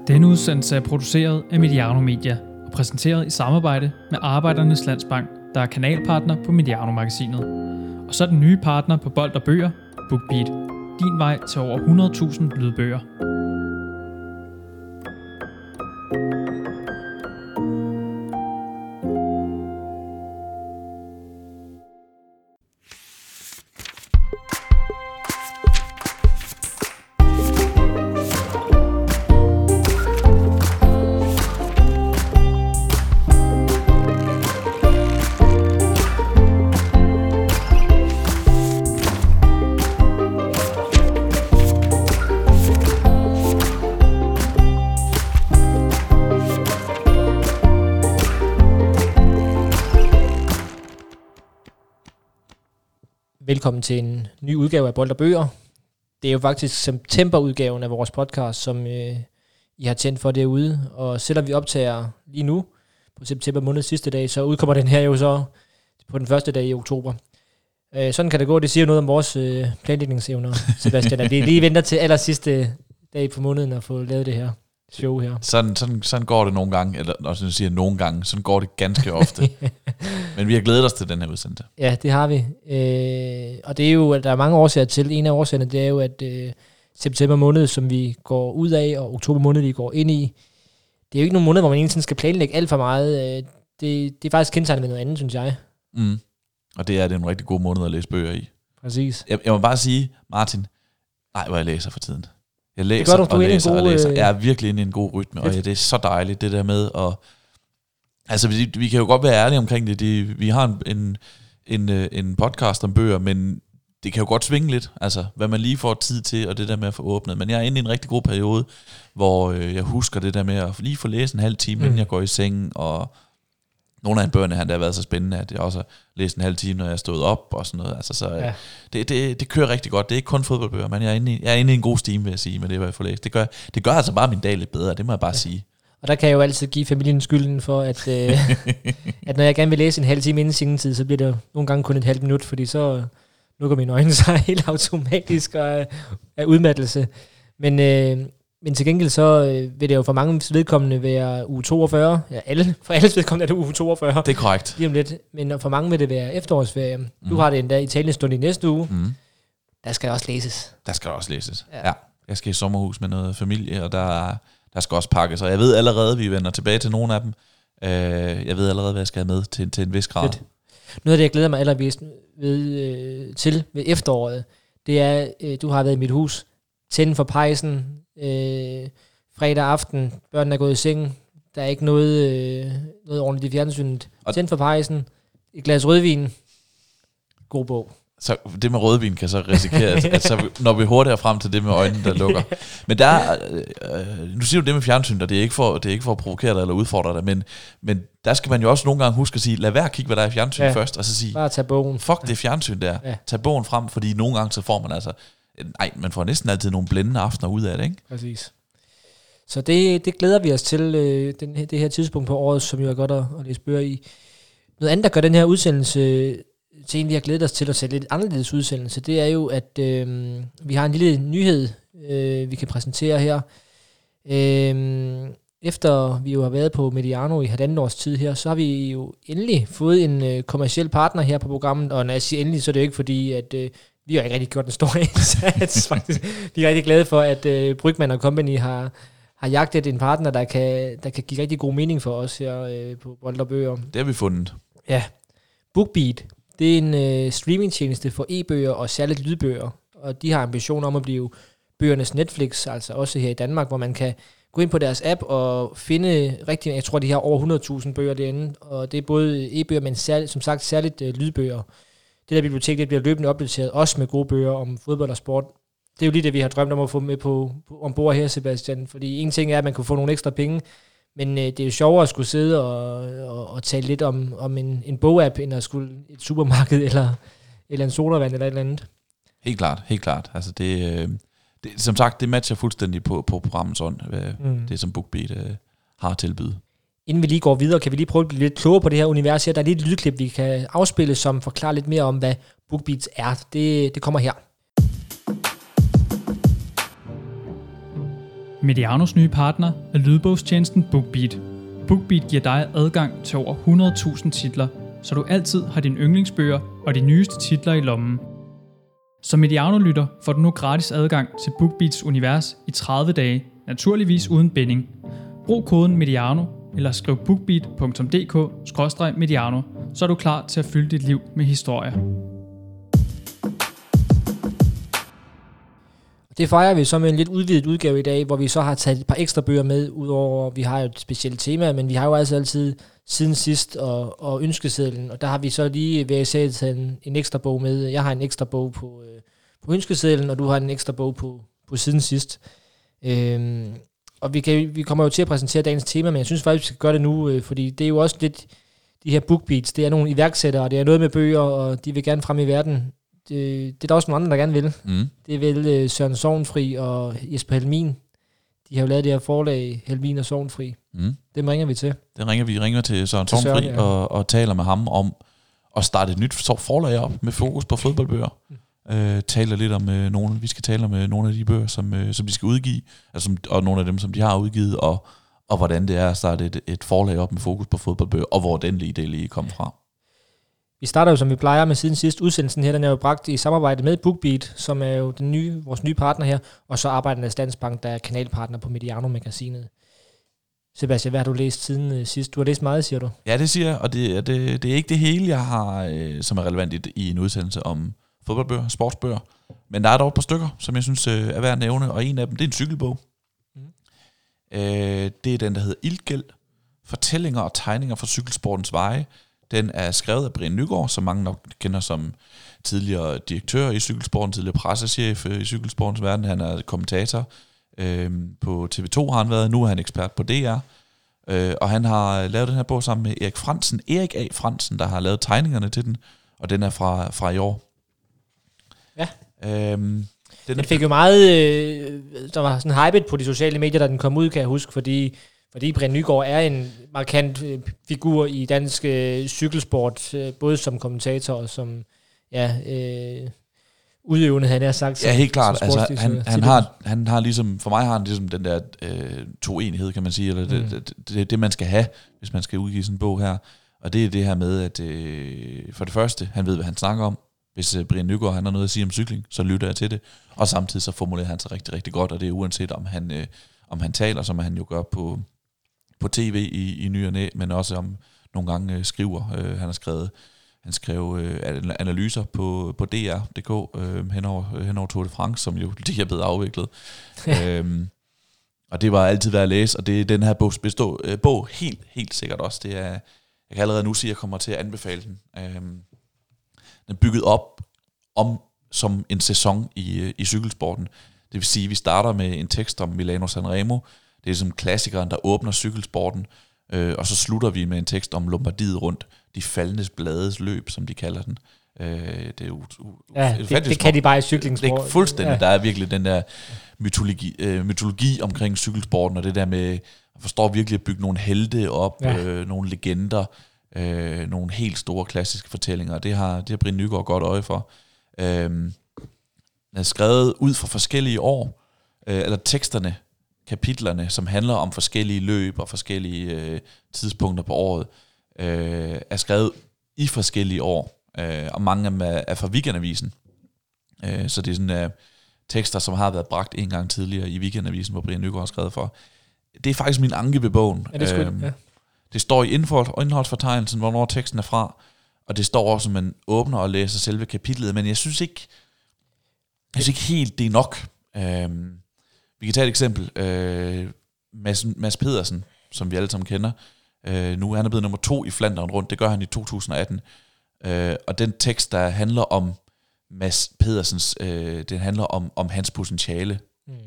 Denne udsendelse er produceret af Mediano Media og præsenteret i samarbejde med Arbejdernes Landsbank, der er kanalpartner på Mediano-magasinet. Og så den nye partner på Bold og Bøger, BookBeat. Din vej til over 100.000 lydbøger. Velkommen til en ny udgave af Bold og Bøger. Det er jo faktisk septemberudgaven af vores podcast, som I har tændt for derude. Og selvom vi optager lige nu på september måneds sidste dag, så udkommer den her jo så på den første dag i oktober. Sådan kan det gå. Det siger noget om vores planlægningsevner, Sebastian. At vi lige venter til aller sidste dag på måneden at få lavet det her show her. Sådan går det nogle gange, eller når jeg siger nogle gange, sådan går det ganske ofte. Men vi har glædet os til den her udsendelse. Ja, det har vi. Og det er jo, der er mange årsager til. En af årsagerne, det er jo, at september måned, som vi går ud af, og oktober måned, vi går ind i, det er jo ikke nogen måned, hvor man egentlig skal planlægge alt for meget. Det er faktisk kendetegnet med noget andet, synes jeg. Mm. Og det er en rigtig god måned at læse bøger i. Præcis. Jeg må bare sige, Martin, hvor jeg læser for tiden. Jeg læser det gør du, og læser. Jeg er virkelig inde i en god rytme, og det er så dejligt, det der med at... Altså, vi kan jo godt være ærlige omkring det. Vi har en podcast om bøger, men det kan jo godt svinge lidt, altså, hvad man lige får tid til, og det der med at få åbnet. Men jeg er inde i en rigtig god periode, hvor jeg husker det der med at lige få læst en halv time, inden jeg går i seng, og nogle af bøgerne har været så spændende, at jeg også har læst en halv time, når jeg er stået op, og sådan noget. Altså, så det kører rigtig godt. Det er ikke kun fodboldbøger, men jeg er inde i en god stime, vil jeg sige, med det, hvad jeg får læst. Det gør altså bare min dag lidt bedre, det må jeg bare sige. Og der kan jeg jo altid give familien skylden for, at, at når jeg gerne vil læse en halv time inden sengetid, så bliver det nogle gange kun et halvt minut, fordi så lukker mine øjne sig helt automatisk og af udmattelse. Men til gengæld så vil det jo for mange vedkommende være uge 42. Ja, for alles vedkommende er det uge 42. Det er korrekt. Lige om lidt. Men for mange vil det være efterårsferie. Du har det endda Italienstund i næste uge. Der skal også læses. Ja. Jeg skal i sommerhus med noget familie, og der skal også pakkes. Og jeg ved allerede, vi vender tilbage til nogle af dem. Jeg ved allerede, hvad jeg skal have med til en vis grad. Fedt. Noget af det, jeg glæder mig allermest til ved efteråret, det er, du har været i mit hus. Tænde for pejsen. Fredag aften. Børnene er gået i seng. Der er ikke noget ordentligt i fjernsynet. Tænde for pejsen. Et glas rødvin. God bog. Så det med rødvin kan så risikere, at så når vi hurtigere frem til det med øjnene, der lukker. Men der nu siger du det med fjernsyn, og det er ikke for at provokere dig eller udfordre dig, men der skal man jo også nogle gange huske at sige, lad være at kigge, hvad der er i fjernsyn først, og så sige, bare tag bogen. Fuck det fjernsyn der. Ja. Tag bogen frem, fordi nogle gange så får man altså, man får næsten altid nogle blændende aftener ud af det, ikke? Præcis. Så det glæder vi os til, det her tidspunkt på året, som jo er godt at læse bøger i. Noget andet, der gør den her udsendelse til en, vi har glædet os til at sætte lidt anderledes udsendelse, det er jo, at vi har en lille nyhed, vi kan præsentere her. Efter vi jo har været på Mediano i 1,5 års tid her, så har vi jo endelig fået en kommerciel partner her på programmet, og når jeg siger endelig, så er det jo ikke fordi, at vi har ikke rigtig gjort en stor indsats, faktisk. Vi er rigtig glade for, at Brygmann & Company har jagtet en partner, der kan give rigtig god mening for os her på Bold og Bøger. Det har vi fundet. Ja. BookBeat. Det er en streamingtjeneste for e-bøger og særligt lydbøger, og de har ambitioner om at blive bøgernes Netflix, altså også her i Danmark, hvor man kan gå ind på deres app og finde rigtig, jeg tror, de har over 100.000 bøger derinde, og det er både e-bøger, men som sagt særligt lydbøger. Det der bibliotek, det bliver løbende opdateret, også med gode bøger om fodbold og sport. Det er jo lige det, vi har drømt om at få med på ombord her, Sebastian, fordi en ting er, at man kan få nogle ekstra penge, men det er jo sjovere at skulle sidde og tale lidt om en bogapp, end at skulle et supermarked eller en sodavand eller et eller andet. Helt klart. Altså det som sagt, det matcher fuldstændig på programmets ånd, det som BookBeat har tilbydet. Inden vi lige går videre, kan vi lige prøve at blive lidt klogere på det her univers her. Der er lige et lydklip, vi kan afspille, som forklarer lidt mere om, hvad BookBeat er. Det kommer her. Medianos nye partner er lydbogstjenesten BookBeat. BookBeat giver dig adgang til over 100.000 titler, så du altid har dine yndlingsbøger og de nyeste titler i lommen. Som Mediano-lytter får du nu gratis adgang til BookBeats univers i 30 dage, naturligvis uden binding. Brug koden Mediano eller skriv bookbeat.dk/Mediano, så er du klar til at fylde dit liv med historier. Det fejrer vi så med en lidt udvidet udgave i dag, hvor vi så har taget et par ekstra bøger med, udover vi har jo et specielt tema, men vi har jo altså altid siden sidst og ønskesedlen, og der har vi så lige ved at tage en ekstra bog med. Jeg har en ekstra bog på ønskesedlen, og du har en ekstra bog på siden sidst. Og vi kommer jo til at præsentere dagens tema, men jeg synes faktisk, vi skal gøre det nu, fordi det er jo også lidt de her BookBeats. Det er nogle iværksættere, og det er noget med bøger, og de vil gerne frem i verden. Det er der også nogle andre, der gerne vil. Det er vel Søren Sorgenfri og Jesper Helmin. De har jo lavet det her forlag, Helmin og Sorgenfri. Dem ringer vi til. Vi ringer til Søren Sorgenfri ja. og taler med ham om at starte et nyt forlag op med fokus på fodboldbøger. Taler lidt om vi skal tale om nogle af de bøger, som de skal udgive, altså, og nogle af dem, som de har udgivet, og hvordan det er at starte et forlag op med fokus på fodboldbøger, og hvor den idé lige kom fra. Vi starter jo, som vi plejer, med siden sidste udsendelsen her. Den er jo bragt i samarbejde med BookBeat, som er jo vores nye partner her, og så Arbejdernes Landsbank, der er kanalpartner på Mediano-magasinet. Sebastian, hvad har du læst siden sidst? Du har læst meget, siger du? Ja, det siger jeg, og det er ikke det hele, jeg har, som er relevant i en udsendelse om fodboldbøger, sportsbøger. Men der er dog et par stykker, som jeg synes er værd at nævne, og en af dem, det er en cykelbog. Det er den, der hedder Iltgæld. Fortællinger og tegninger fra cykelsportens veje. Den er skrevet af Brian Nygaard, som mange nok kender som tidligere direktør i cykelsporten, tidligere pressechef i cykelsportens verden. Han er kommentator på TV2, har han været. Nu er han ekspert på DR. Og han har lavet den her bog sammen med Erik A. Fransen, der har lavet tegningerne til den. Og den er fra i år. Ja. Den fik jo meget... der var sådan hypet på de sociale medier, da den kom ud, kan jeg huske, fordi Brian Nygaard er en markant figur i dansk cykelsport, både som kommentator og som udøvende, han har sagt. Ja, helt klart. Altså, han har ligesom, for mig har han ligesom den der toenighed, kan man sige, eller det man skal have, hvis man skal udgive sådan en bog her. Og det er det her med, at for det første, han ved, hvad han snakker om. Hvis Brian Nygaard han har noget at sige om cykling, så lytter jeg til det. Og samtidig så formulerer han sig rigtig, rigtig godt, og det er uanset om han taler, som han jo gør på tv i ny og næ, men også om nogle gange skriver. Han skrev analyser på DR.dk henover Tour de France, som jo det er blevet afviklet. Og det var altid værd at læse, og det er den her bog helt sikkert også. Det er, jeg kan allerede nu sige, at jeg kommer til at anbefale den. Den er bygget op som en sæson i cykelsporten. Det vil sige, at vi starter med en tekst om Milano Sanremo. Det er som klassikeren, der åbner cykelsporten. Og så slutter vi med en tekst om Lombardiet rundt. De faldende blades løb, som de kalder den. Det er jo det kan de bare i cyklingssport. Det er fuldstændig. Ja. Der er virkelig den der mytologi omkring cykelsporten, og det der med, at forstår virkelig at bygge nogle helte op, nogle legender, nogle helt store klassiske fortællinger. Det har Brian Nygaard godt øje for. Den er skrevet ud fra forskellige år, eller teksterne, kapitlerne, som handler om forskellige løb og forskellige tidspunkter på året, er skrevet i forskellige år, og mange af dem er fra Weekendavisen. Så det er sådan tekster, som har været bragt en gang tidligere i Weekendavisen, hvor Brian Nygaard har skrevet for. Det er faktisk min anke ved bogen. Ja, det er sgu, ja. Det står i indholdsfortegnelsen, hvornår teksten er fra, og det står også, at man åbner og læser selve kapitlet, men jeg synes ikke helt, det er nok. Vi kan tage et eksempel. Mads Pedersen, som vi alle sammen kender, nu han er blevet nummer 2 i Flandern rundt, det gør han i 2018. Og den tekst, der handler om Mads Pedersens, den handler om hans potentiale.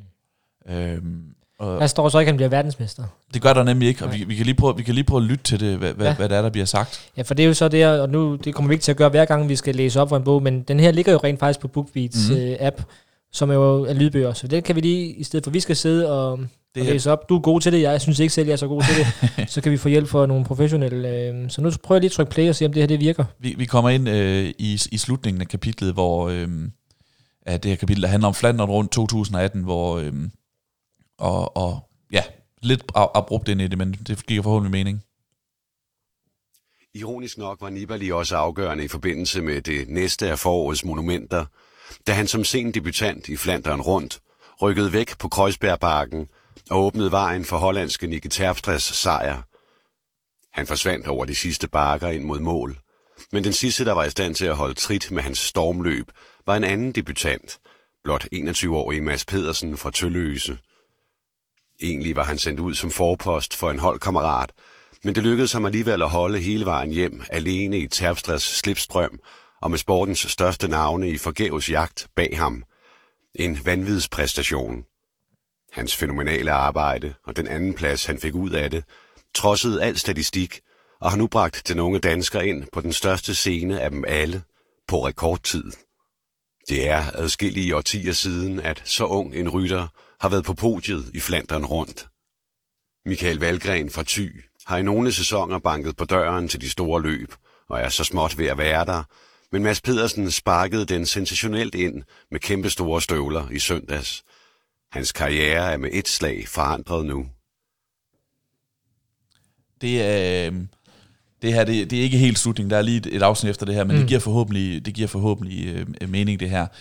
Der står så ikke, at han bliver verdensmester. Det gør der nemlig ikke, og vi kan lige prøve at lytte til det, hvad der bliver sagt. Ja, for det er jo så det, og nu det kommer vi ikke til at gøre hver gang, vi skal læse op for en bog, men den her ligger jo rent faktisk på BookBeats app, som er jo er lydbøger, så det kan vi lige, i stedet for at vi skal sidde og læse op. Du er god til det, jeg synes ikke selv, jeg er så god til det, så kan vi få hjælp fra nogle professionelle. Så nu prøver jeg lige at trykke play og se, om det her det virker. Vi kommer ind i slutningen af kapitlet, hvor det her kapitel, der handler om Flandern rundt 2018, hvor og ja, lidt abrupt ind i det, men det giver forhåbentlig mening. Ironisk nok var Nibali også afgørende i forbindelse med det næste af forårets monumenter, da han som sen debutant i Flandern Rundt rykkede væk på Kreuzbergbakken og åbnede vejen for hollandske Nicky Terpstras sejr. Han forsvandt over de sidste bakker ind mod mål, men den sidste, der var i stand til at holde trit med hans stormløb, var en anden debutant, blot 21-årig Mads Pedersen fra Tølløse. Egentlig var han sendt ud som forpost for en holdkammerat, men det lykkedes ham alligevel at holde hele vejen hjem, alene i Terpstras slipstrøm, og med sportens største navne i forgæves jagt bag ham. En vanvidspræstation. Hans fænomenale arbejde og den anden plads, han fik ud af det, trodsede al statistik, og har nu bragt den unge dansker ind på den største scene af dem alle på rekordtid. Det er adskillige årtier siden, at så ung en rytter har været på podiet i Flandern Rundt. Michael Valgren fra Thy har i nogle sæsoner banket på døren til de store løb, og er så småt ved at være der, men Mads Pedersen sparkede den sensationelt ind med kæmpe store støvler i søndags. Hans karriere er med et slag forandret nu. Det her det er ikke helt slutning. Der er lige et afsnit efter det her, men det giver forhåbentlig mening, det her.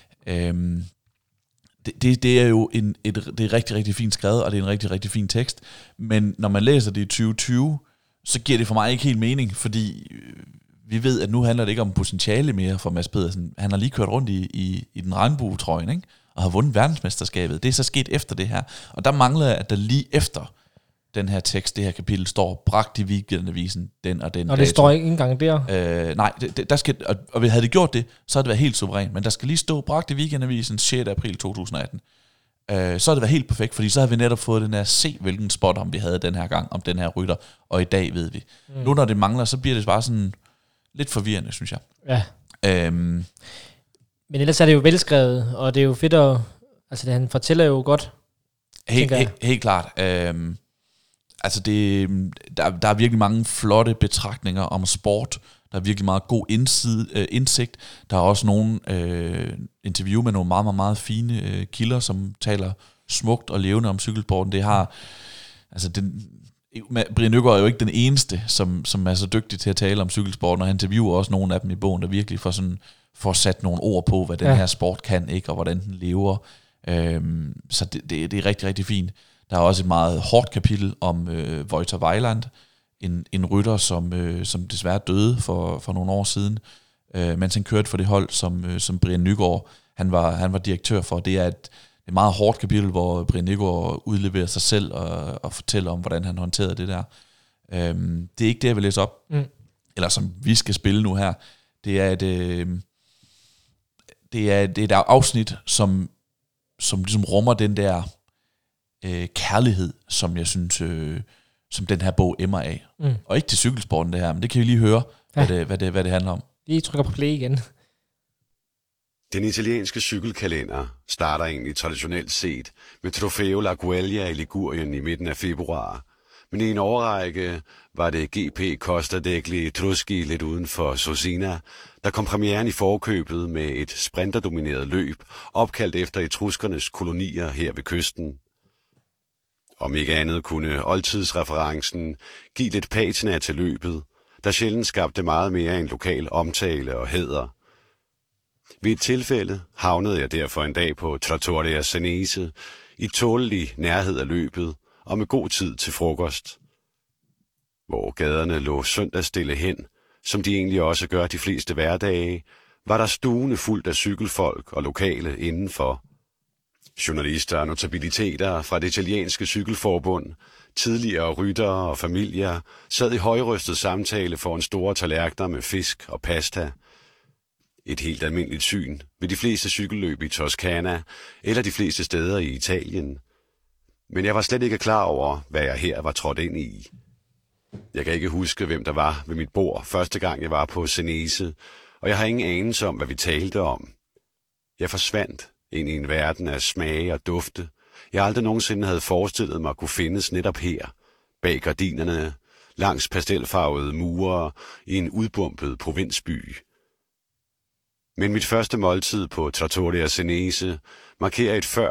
Det er jo det er rigtig, rigtig fint skrevet, og det er en rigtig, rigtig fin tekst. Men når man læser det i 2020, så giver det for mig ikke helt mening, fordi vi ved, at nu handler det ikke om potentiale mere for Mads Pedersen. Han har lige kørt rundt i den regnbuetrøjen, ikke? Og har vundet verdensmesterskabet. Det er så sket efter det her. Og der mangler, at der lige efter den her tekst, det her kapitel, står bragt i Weekendavisen den og den. Og det dato. Står ikke engang der? Nej, der skal, og havde det gjort det, så havde det været helt suverænt. Men der skal lige stå bragt i Weekendavisen 6. april 2018. Så havde det været helt perfekt, fordi så havde vi netop fået den her se, hvilken spot om vi havde den her gang, om den her rytter, og i dag ved vi. Nu når det mangler, så bliver det bare sådan lidt forvirrende, synes jeg. Ja. Men ellers er det jo velskrevet, og det er jo fedt at... Altså, han fortæller jo godt, Helt klart. Altså der er virkelig mange flotte betragtninger om sport. Der er virkelig meget god indsigt. Der er også nogle interview med nogle meget, meget, meget fine kilder, som taler smukt og levende om cykelsporten. Det har... Altså Brian Nygaard er jo ikke den eneste, som er så dygtig til at tale om cykelsporten, og han interviewer også nogle af dem i bogen, der virkelig får sat nogle ord på, hvad den her sport kan, ikke, og hvordan den lever. Så det er rigtig, rigtig fint. Der er også et meget hårdt kapitel om Wouter Weiland, en rytter, som desværre døde for nogle år siden, mens han kørte for det hold, som Brian Nygaard han var direktør for. Det er et meget hårdt kapitel, hvor Brian Nygaard udleverer sig selv og fortæller om, hvordan han håndterede det der. Det er ikke det, jeg vil læse op, eller som vi skal spille nu her. Det er et afsnit, som ligesom rummer den der kærlighed, som jeg synes, som den her bog emmer af. Og ikke til cykelsporten det her, men det kan vi lige høre, hvad det handler om. Lige trykker på play igen. Den italienske cykelkalender starter egentlig traditionelt set med Trofeo La Guaglia i Ligurien i midten af februar. Men i en årrække var det GP Costa degli Etruschi lidt uden for Sosina, der kom premieren i forkøbet med et sprinterdomineret løb, opkaldt efter etruskernes kolonier her ved kysten. Om ikke andet kunne oldtidsreferencen give lidt patina til løbet, der sjældent skabte meget mere end lokal omtale og hæder. Ved et tilfælde havnede jeg derfor en dag på Trattoria Senese, i tålelig nærhed af løbet og med god tid til frokost. Hvor gaderne lå søndagsstille hen, som de egentlig også gør de fleste hverdage, var der stuende fuldt af cykelfolk og lokale indenfor. Journalister og notabiliteter fra det italienske cykelforbund, tidligere ryttere og familier, sad i højrystet samtale foran store tallerkener med fisk og pasta. Et helt almindeligt syn ved de fleste cykelløb i Toskana eller de fleste steder i Italien. Men jeg var slet ikke klar over, hvad jeg her var trådt ind i. Jeg kan ikke huske, hvem der var ved mit bord første gang jeg var på Senese, og jeg har ingen anelse om, hvad vi talte om. Jeg forsvandt ind i en verden af smage og dufte, jeg aldrig nogensinde havde forestillet mig kunne findes netop her, bag gardinerne, langs pastelfarvede mure i en udbumpet provinsby. Men mit første måltid på Trattoria Senese markerer et før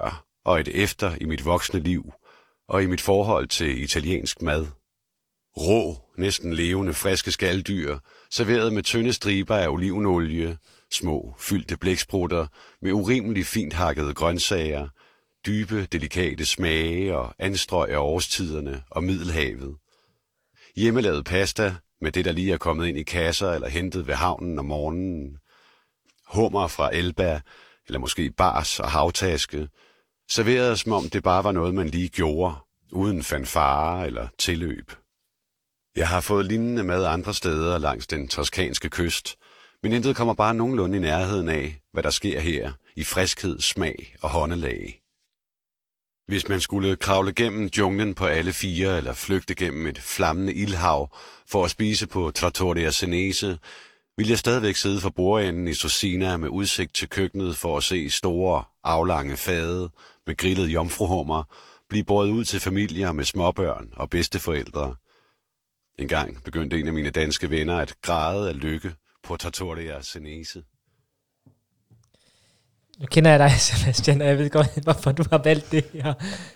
og et efter i mit voksne liv og i mit forhold til italiensk mad. Rå, næsten levende, friske skalddyr, serveret med tynde striber af olivenolie, små, fyldte blæksprutter med urimelig fint hakkede grøntsager, dybe, delikate smage og anstrøg af årstiderne og Middelhavet. Hjemmelavet pasta med det, der lige er kommet ind i kasser eller hentet ved havnen om morgenen. Hummer fra Elba, eller måske bars og havtaske, serveret som om det bare var noget, man lige gjorde, uden fanfare eller tilløb. Jeg har fået lignende mad andre steder langs den toskanske kyst, men intet kommer bare nogenlunde i nærheden af, hvad der sker her i friskhed, smag og håndelag. Hvis man skulle kravle gennem junglen på alle fire eller flygte gennem et flammende ildhav for at spise på Trattoria Senese, ville jeg stadigvæk sidde for bordenden i Sosina med udsigt til køkkenet for at se store, aflange fade med grillet jomfruhummer blive båret ud til familier med småbørn og bedsteforældre. En gang begyndte en af mine danske venner at græde af lykke på Trattoria Senese. Nu kender jeg dig, Sebastian, og jeg ved godt, hvorfor du har valgt det her.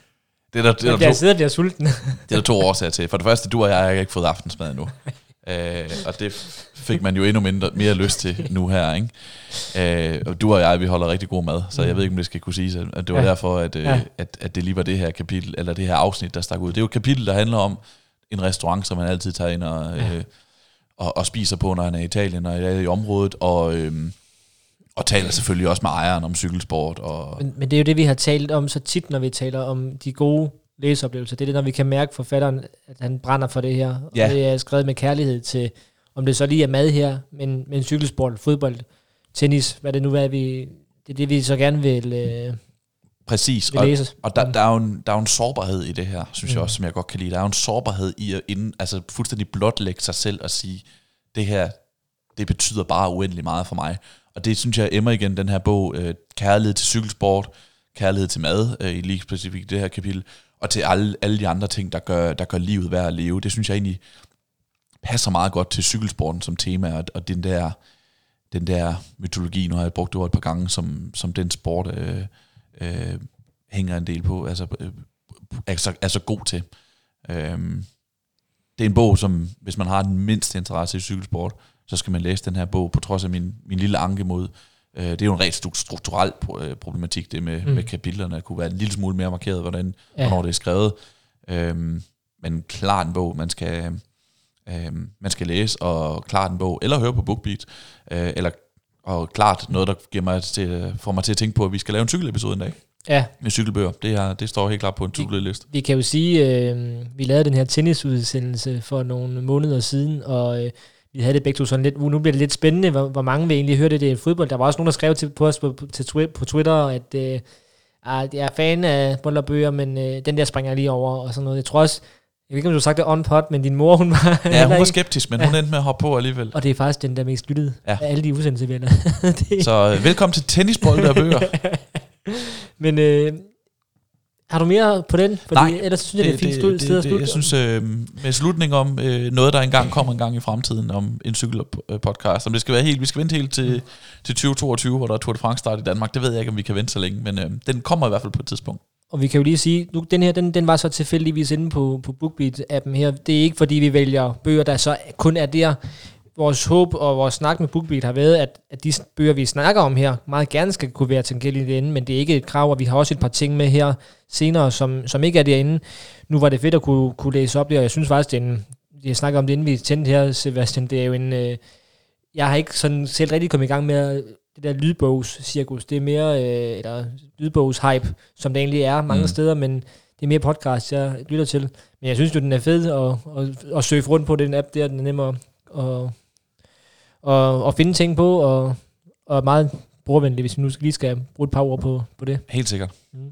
Jeg sidder og bliver sulten. Det er der 2 årsager til. For det første, du og jeg har ikke fået aftensmad endnu. Og det fik man jo endnu mere lyst til nu her, ikke? Og du og jeg, vi holder rigtig god mad, så jeg ved ikke, om det skal kunne siges, at det var derfor, at det lige var det her kapitel, eller det her afsnit, der stak ud. Det er jo et kapitel, der handler om en restaurant, som man altid tager ind og spiser på, når han er i Italien og er i området, og taler selvfølgelig også med ejeren om cykelsport. Men det er jo det, vi har talt om så tit, når vi taler om de gode læseoplevelser. Det er det, når vi kan mærke forfatteren, at han brænder for det her. Ja. Og det er skrevet med kærlighed til, om det så lige er mad her, men cykelsport, fodbold, tennis, hvad det nu er, det er det, vi så gerne vil præcis, vil læse. Og der er jo en sårbarhed i det her, synes jeg også, som jeg godt kan lide. Der er jo en sårbarhed i at fuldstændig blotlægge sig selv og sige, det her, det betyder bare uendelig meget for mig. Og det synes jeg emmer igen, den her bog, kærlighed til cykelsport, kærlighed til mad, i lige specifikt det her kapitel, og til alle de andre ting, der gør livet værd at leve. Det synes jeg egentlig passer meget godt til cykelsporten som tema, og den der mytologi, nu har jeg brugt det ord et par gange, som den sport hænger en del på, er så god til. Det er en bog, som hvis man har den mindste interesse i cykelsport, så skal man læse den her bog, på trods af min lille anke mod. Det er jo en rent strukturel problematik, det med kapitlerne. Det kunne være en lille smule mere markeret, hvornår det er skrevet. Men klart en bog, man skal læse, og klart en bog, eller høre på BookBeat, og klart noget, der får mig til at tænke på, at vi skal lave en cykelepisode en dag. Ja. Med cykelbøger. Det står helt klart på en to-do-liste. Vi kan jo sige, vi lavede den her tennisudsendelse for nogle måneder siden, og vi havde det begge to sådan lidt, nu bliver det lidt spændende, hvor mange vil egentlig høre det i fodbold. Der var også nogen, der skrev på os på Twitter, at jeg er fan af bold og bøger, men den der springer jeg lige over, og sådan noget. Jeg tror også, jeg ved ikke, om du har sagt det on pod, men din mor, hun var... Ja, hun var skeptisk, men hun endte med at hoppe på alligevel. Og det er faktisk den, der mest lyttede af alle de udsendelser, vi har lavet. Så velkommen til tennisbold og bøger. Men har du mere på den? Fordi nej, ellers synes jeg, det er fint sted at slutte. Jeg synes, med slutning om noget, der engang kommer en gang i fremtiden, om en cykelpodcast, om det skal være helt, vi skal vente helt til 2022, hvor der er Tour de France start i Danmark. Det ved jeg ikke, om vi kan vente så længe, men den kommer i hvert fald på et tidspunkt. Og vi kan jo lige sige, nu den her, den var så tilfældigvis inde på BookBeat-appen her. Det er ikke, fordi vi vælger bøger, der så kun er der. Vores håb og vores snak med BookBeat har været, at de bøger, vi snakker om her, meget gerne skal kunne være tilgængelige derinde, men det er ikke et krav, og vi har også et par ting med her senere, som ikke er derinde. Nu var det fedt at kunne læse op det, og jeg synes faktisk, jeg snakker om det, inden vi tændte her, Sebastian, det er jo jeg har ikke sådan selv rigtig kommet i gang med det der lydbogscirkus. Det er mere, eller lydbogshype, som det egentlig er mange steder, men det er mere podcast, jeg lytter til. Men jeg synes jo, den er fed at søge rundt på den app der, den er nemmere og finde ting på, og meget brugervenlig, hvis vi nu lige skal bruge et par ord på det. Helt sikkert.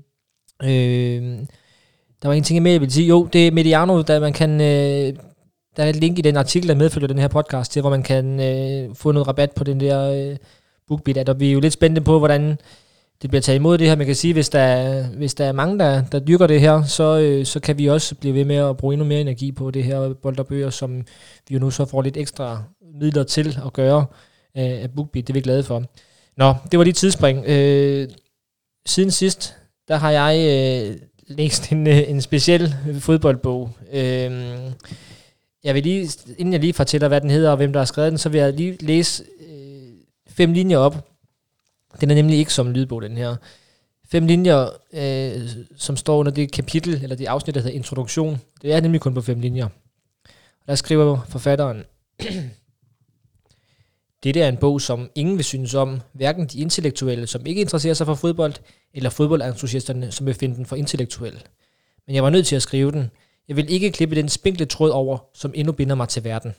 Der var en ting med, jeg vil sige. Jo, det er Mediano, der man kan... der er et link i den artikel, der medfølger den her podcast til, hvor man kan få noget rabat på den der BookBeat. Og vi er jo lidt spændte på, hvordan det bliver taget imod det her. Man kan sige, hvis der er mange, der dyrker det her, så kan vi også blive ved med at bruge endnu mere energi på det her bold og bøger, som vi jo nu så får lidt ekstra midler til at gøre af BookBeat. Det er vi glade for. Nå, det var de tidsspring. Siden sidst, der har jeg læst en speciel fodboldbog. Jeg vil lige, inden jeg lige fortæller, hvad den hedder og hvem der har skrevet den, så vil jeg lige læse 5 linjer op. Den er nemlig ikke som lydbog, den her. 5 linjer, som står under det kapitel, eller det afsnit, der hedder introduktion. Det er nemlig kun på 5 linjer. Der skriver forfatteren: Dette er en bog, som ingen vil synes om, hverken de intellektuelle, som ikke interesserer sig for fodbold, eller fodboldentusiasterne, som vil finde den for intellektuel. Men jeg var nødt til at skrive den. Jeg vil ikke klippe den spinkle tråd over, som endnu binder mig til verden.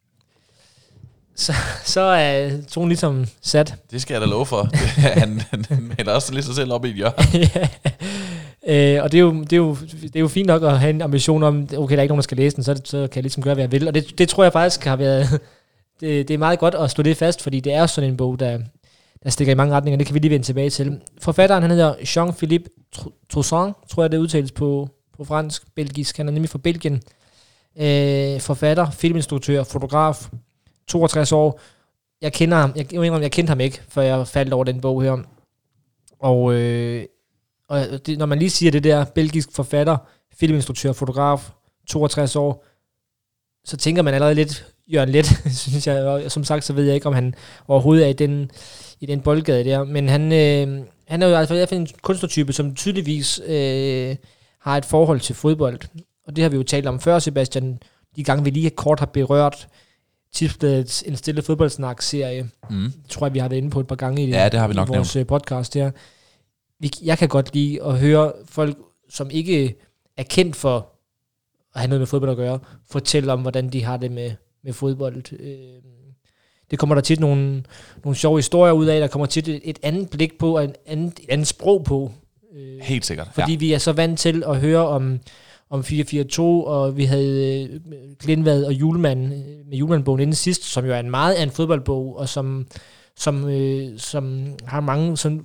Så er tonen ligesom sat. Det skal jeg da love for. Han hælder også lige sig selv op i et hjørne. Ja. Og det er jo fint nok at have en ambition om, okay, der er ikke nogen, der skal læse den, så kan jeg ligesom gøre, hvad jeg vil. Og det tror jeg faktisk har været... Det er meget godt at stå det fast, fordi det er sådan en bog, der stikker i mange retninger. Det kan vi lige vende tilbage til. Forfatteren, han hedder Jean-Philippe Toussaint, tror jeg det udtales på fransk, belgisk. Han er nemlig fra Belgien. Forfatter, filminstruktør, fotograf, 62 år. Jeg kender ham. Jeg kendte ham ikke, før jeg faldt over den bog her. Og det, når man lige siger det der, belgisk forfatter, filminstruktør, fotograf, 62 år, så tænker man allerede lidt Jørgen Leth, synes jeg. Og som sagt, så ved jeg ikke, om han overhovedet er i den boldgade der. Men han er jo altså en kunstnertype, som tydeligvis har et forhold til fodbold. Og det har vi jo talt om før, Sebastian. De gange, vi lige kort har berørt tipsbladet En Stille Fodboldsnak-serie. Tror jeg, vi har været inde på et par gange i vores podcast her. Jeg kan godt lide at høre folk, som ikke er kendt for at have noget med fodbold at gøre, fortælle om, hvordan de har det med fodbold. Det kommer der tit nogle sjove historier ud af, der kommer tit et andet blik på, og et andet sprog på. Helt sikkert, fordi vi er så vant til at høre om 4-4-2, og vi havde Glindvad og Julemand med Julemandbogen inden sidst, som jo er meget af en fodboldbog, og som har mange sådan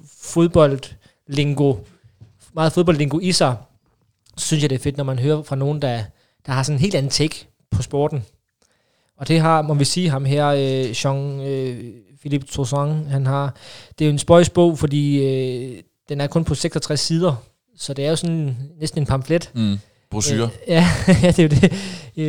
meget fodboldlingo i sig. Så synes jeg, det er fedt, når man hører fra nogen, der har sådan en helt anden take på sporten. Og det har, må vi sige, ham her, Jean-Philippe Toussaint, det er jo en spøjsbog, fordi den er kun på 66 sider, så det er jo sådan næsten en pamflet. Brochure. Ja, det er jo det.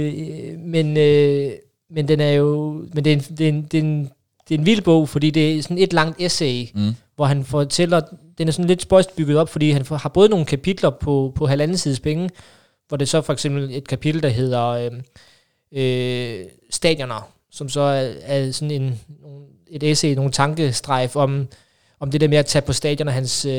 Men den er jo, det er en vild bog, fordi det er sådan et langt essay, hvor han fortæller, den er sådan lidt spøjst bygget op, fordi han har både nogle kapitler på 1,5 sides penge, hvor det så for eksempel et kapitel, der hedder Stadioner, som så er sådan et essay, nogle tankestrejf om det der med at tage på stadioner,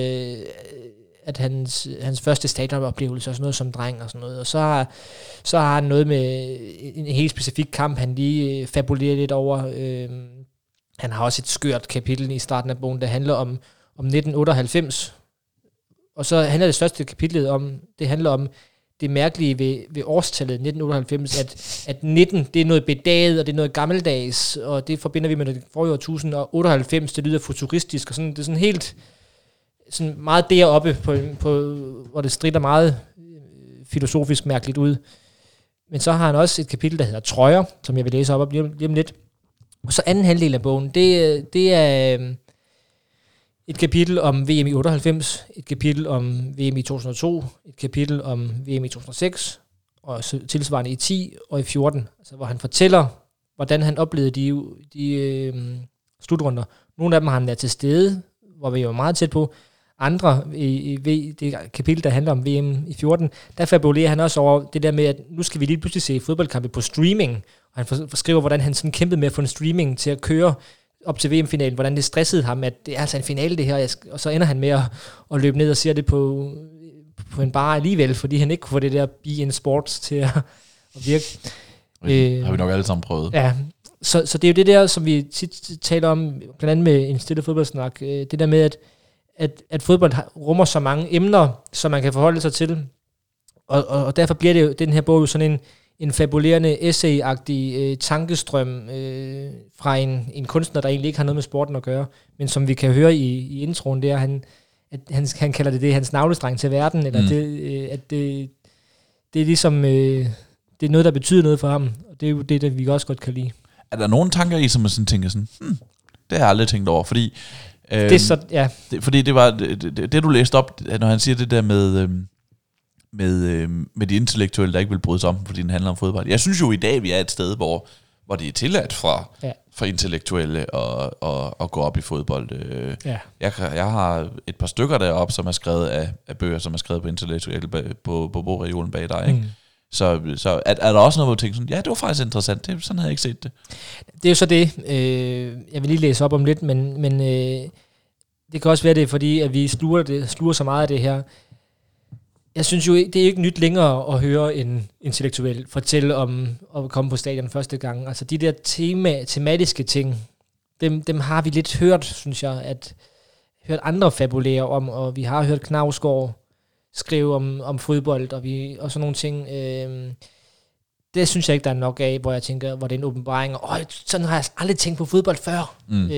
hans første stadionoplevelse og sådan noget som dreng og sådan noget. Og så har han noget med en helt specifik kamp, han lige fabulerer lidt over. Han har også et skørt kapitel i starten af bogen, der handler om 1998. Og så handler det største kapitlet det handler om det mærkelige ved årstallet 1998, at 19, det er noget bedaget, og det er noget gammeldags, og det forbinder vi med det forrige årtusind, og 98, det lyder futuristisk, og sådan, det er sådan helt sådan meget deroppe, på, hvor det strider meget filosofisk mærkeligt ud. Men så har han også et kapitel, der hedder Trøjer, som jeg vil læse op lige om lidt. Og så anden halvdel af bogen, det er et kapitel om VM i 98, et kapitel om VM i 2002, et kapitel om VM i 2006, og tilsvarende i 10 og i 14, altså hvor han fortæller, hvordan han oplevede de slutrunder. Nogle af dem har han været til stede, hvor vi var meget tæt på. Andre i det kapitel, der handler om VM i 14, der fabulerer han også over det der med, at nu skal vi lige pludselig se fodboldkampe på streaming, og han skriver, hvordan han sådan kæmpede med at få en streaming til at køre op til VM-finalen, hvordan det stressede ham, at det er altså en finale det her, og så ender han med at løbe ned og se det på en bar alligevel, fordi han ikke kunne få det der be in sports til at virke. Har vi nok alle sammen prøvet. Ja, så det er jo det der, som vi tit taler om, blandt andet med En Stille Fodboldsnak, det der med, at fodbold rummer så mange emner, som man kan forholde sig til, og derfor bliver det jo, den her bog jo sådan en fabulerende essay-agtig tankestrøm fra en kunstner, der egentlig ikke har noget med sporten at gøre, men som vi kan høre i introen, det er, han kalder det hans navlestreng til verden, eller det er ligesom, det er noget, der betyder noget for ham, og det er jo det, der vi også godt kan lide. Er der nogle tanker i, som man sådan tænker sådan, det har jeg aldrig tænkt over, fordi Det er så, ja. Fordi det var det, du læste op, når han siger det der med de intellektuelle, der ikke vil bryde sig om, fordi den handler om fodbold. Jeg synes jo i dag, vi er et sted, hvor det er tilladt for intellektuelle at gå op i fodbold. Jeg har et par stykker deroppe, som er skrevet af bøger, som er skrevet på intellektuelle på bogreolen bag dig, ikke? Så er der også noget, hvor du tænker sådan, ja, det var faktisk interessant, sådan havde jeg ikke set det. Det er jo så det, jeg vil lige læse op om lidt, men det kan også være det, fordi at vi sluger så meget af det her. Jeg synes jo, det er ikke nyt længere at høre en intellektuel fortælle om at komme på stadion første gang. Altså de der tematiske ting, dem har vi lidt hørt, synes jeg, hørt andre fabulære om, og vi har hørt Knausgård skrive om fodbold, og sådan nogle ting. Det synes jeg ikke, der er nok af, hvor jeg tænker, hvor det er en åbenbaring. Sådan har jeg aldrig tænkt på fodbold før.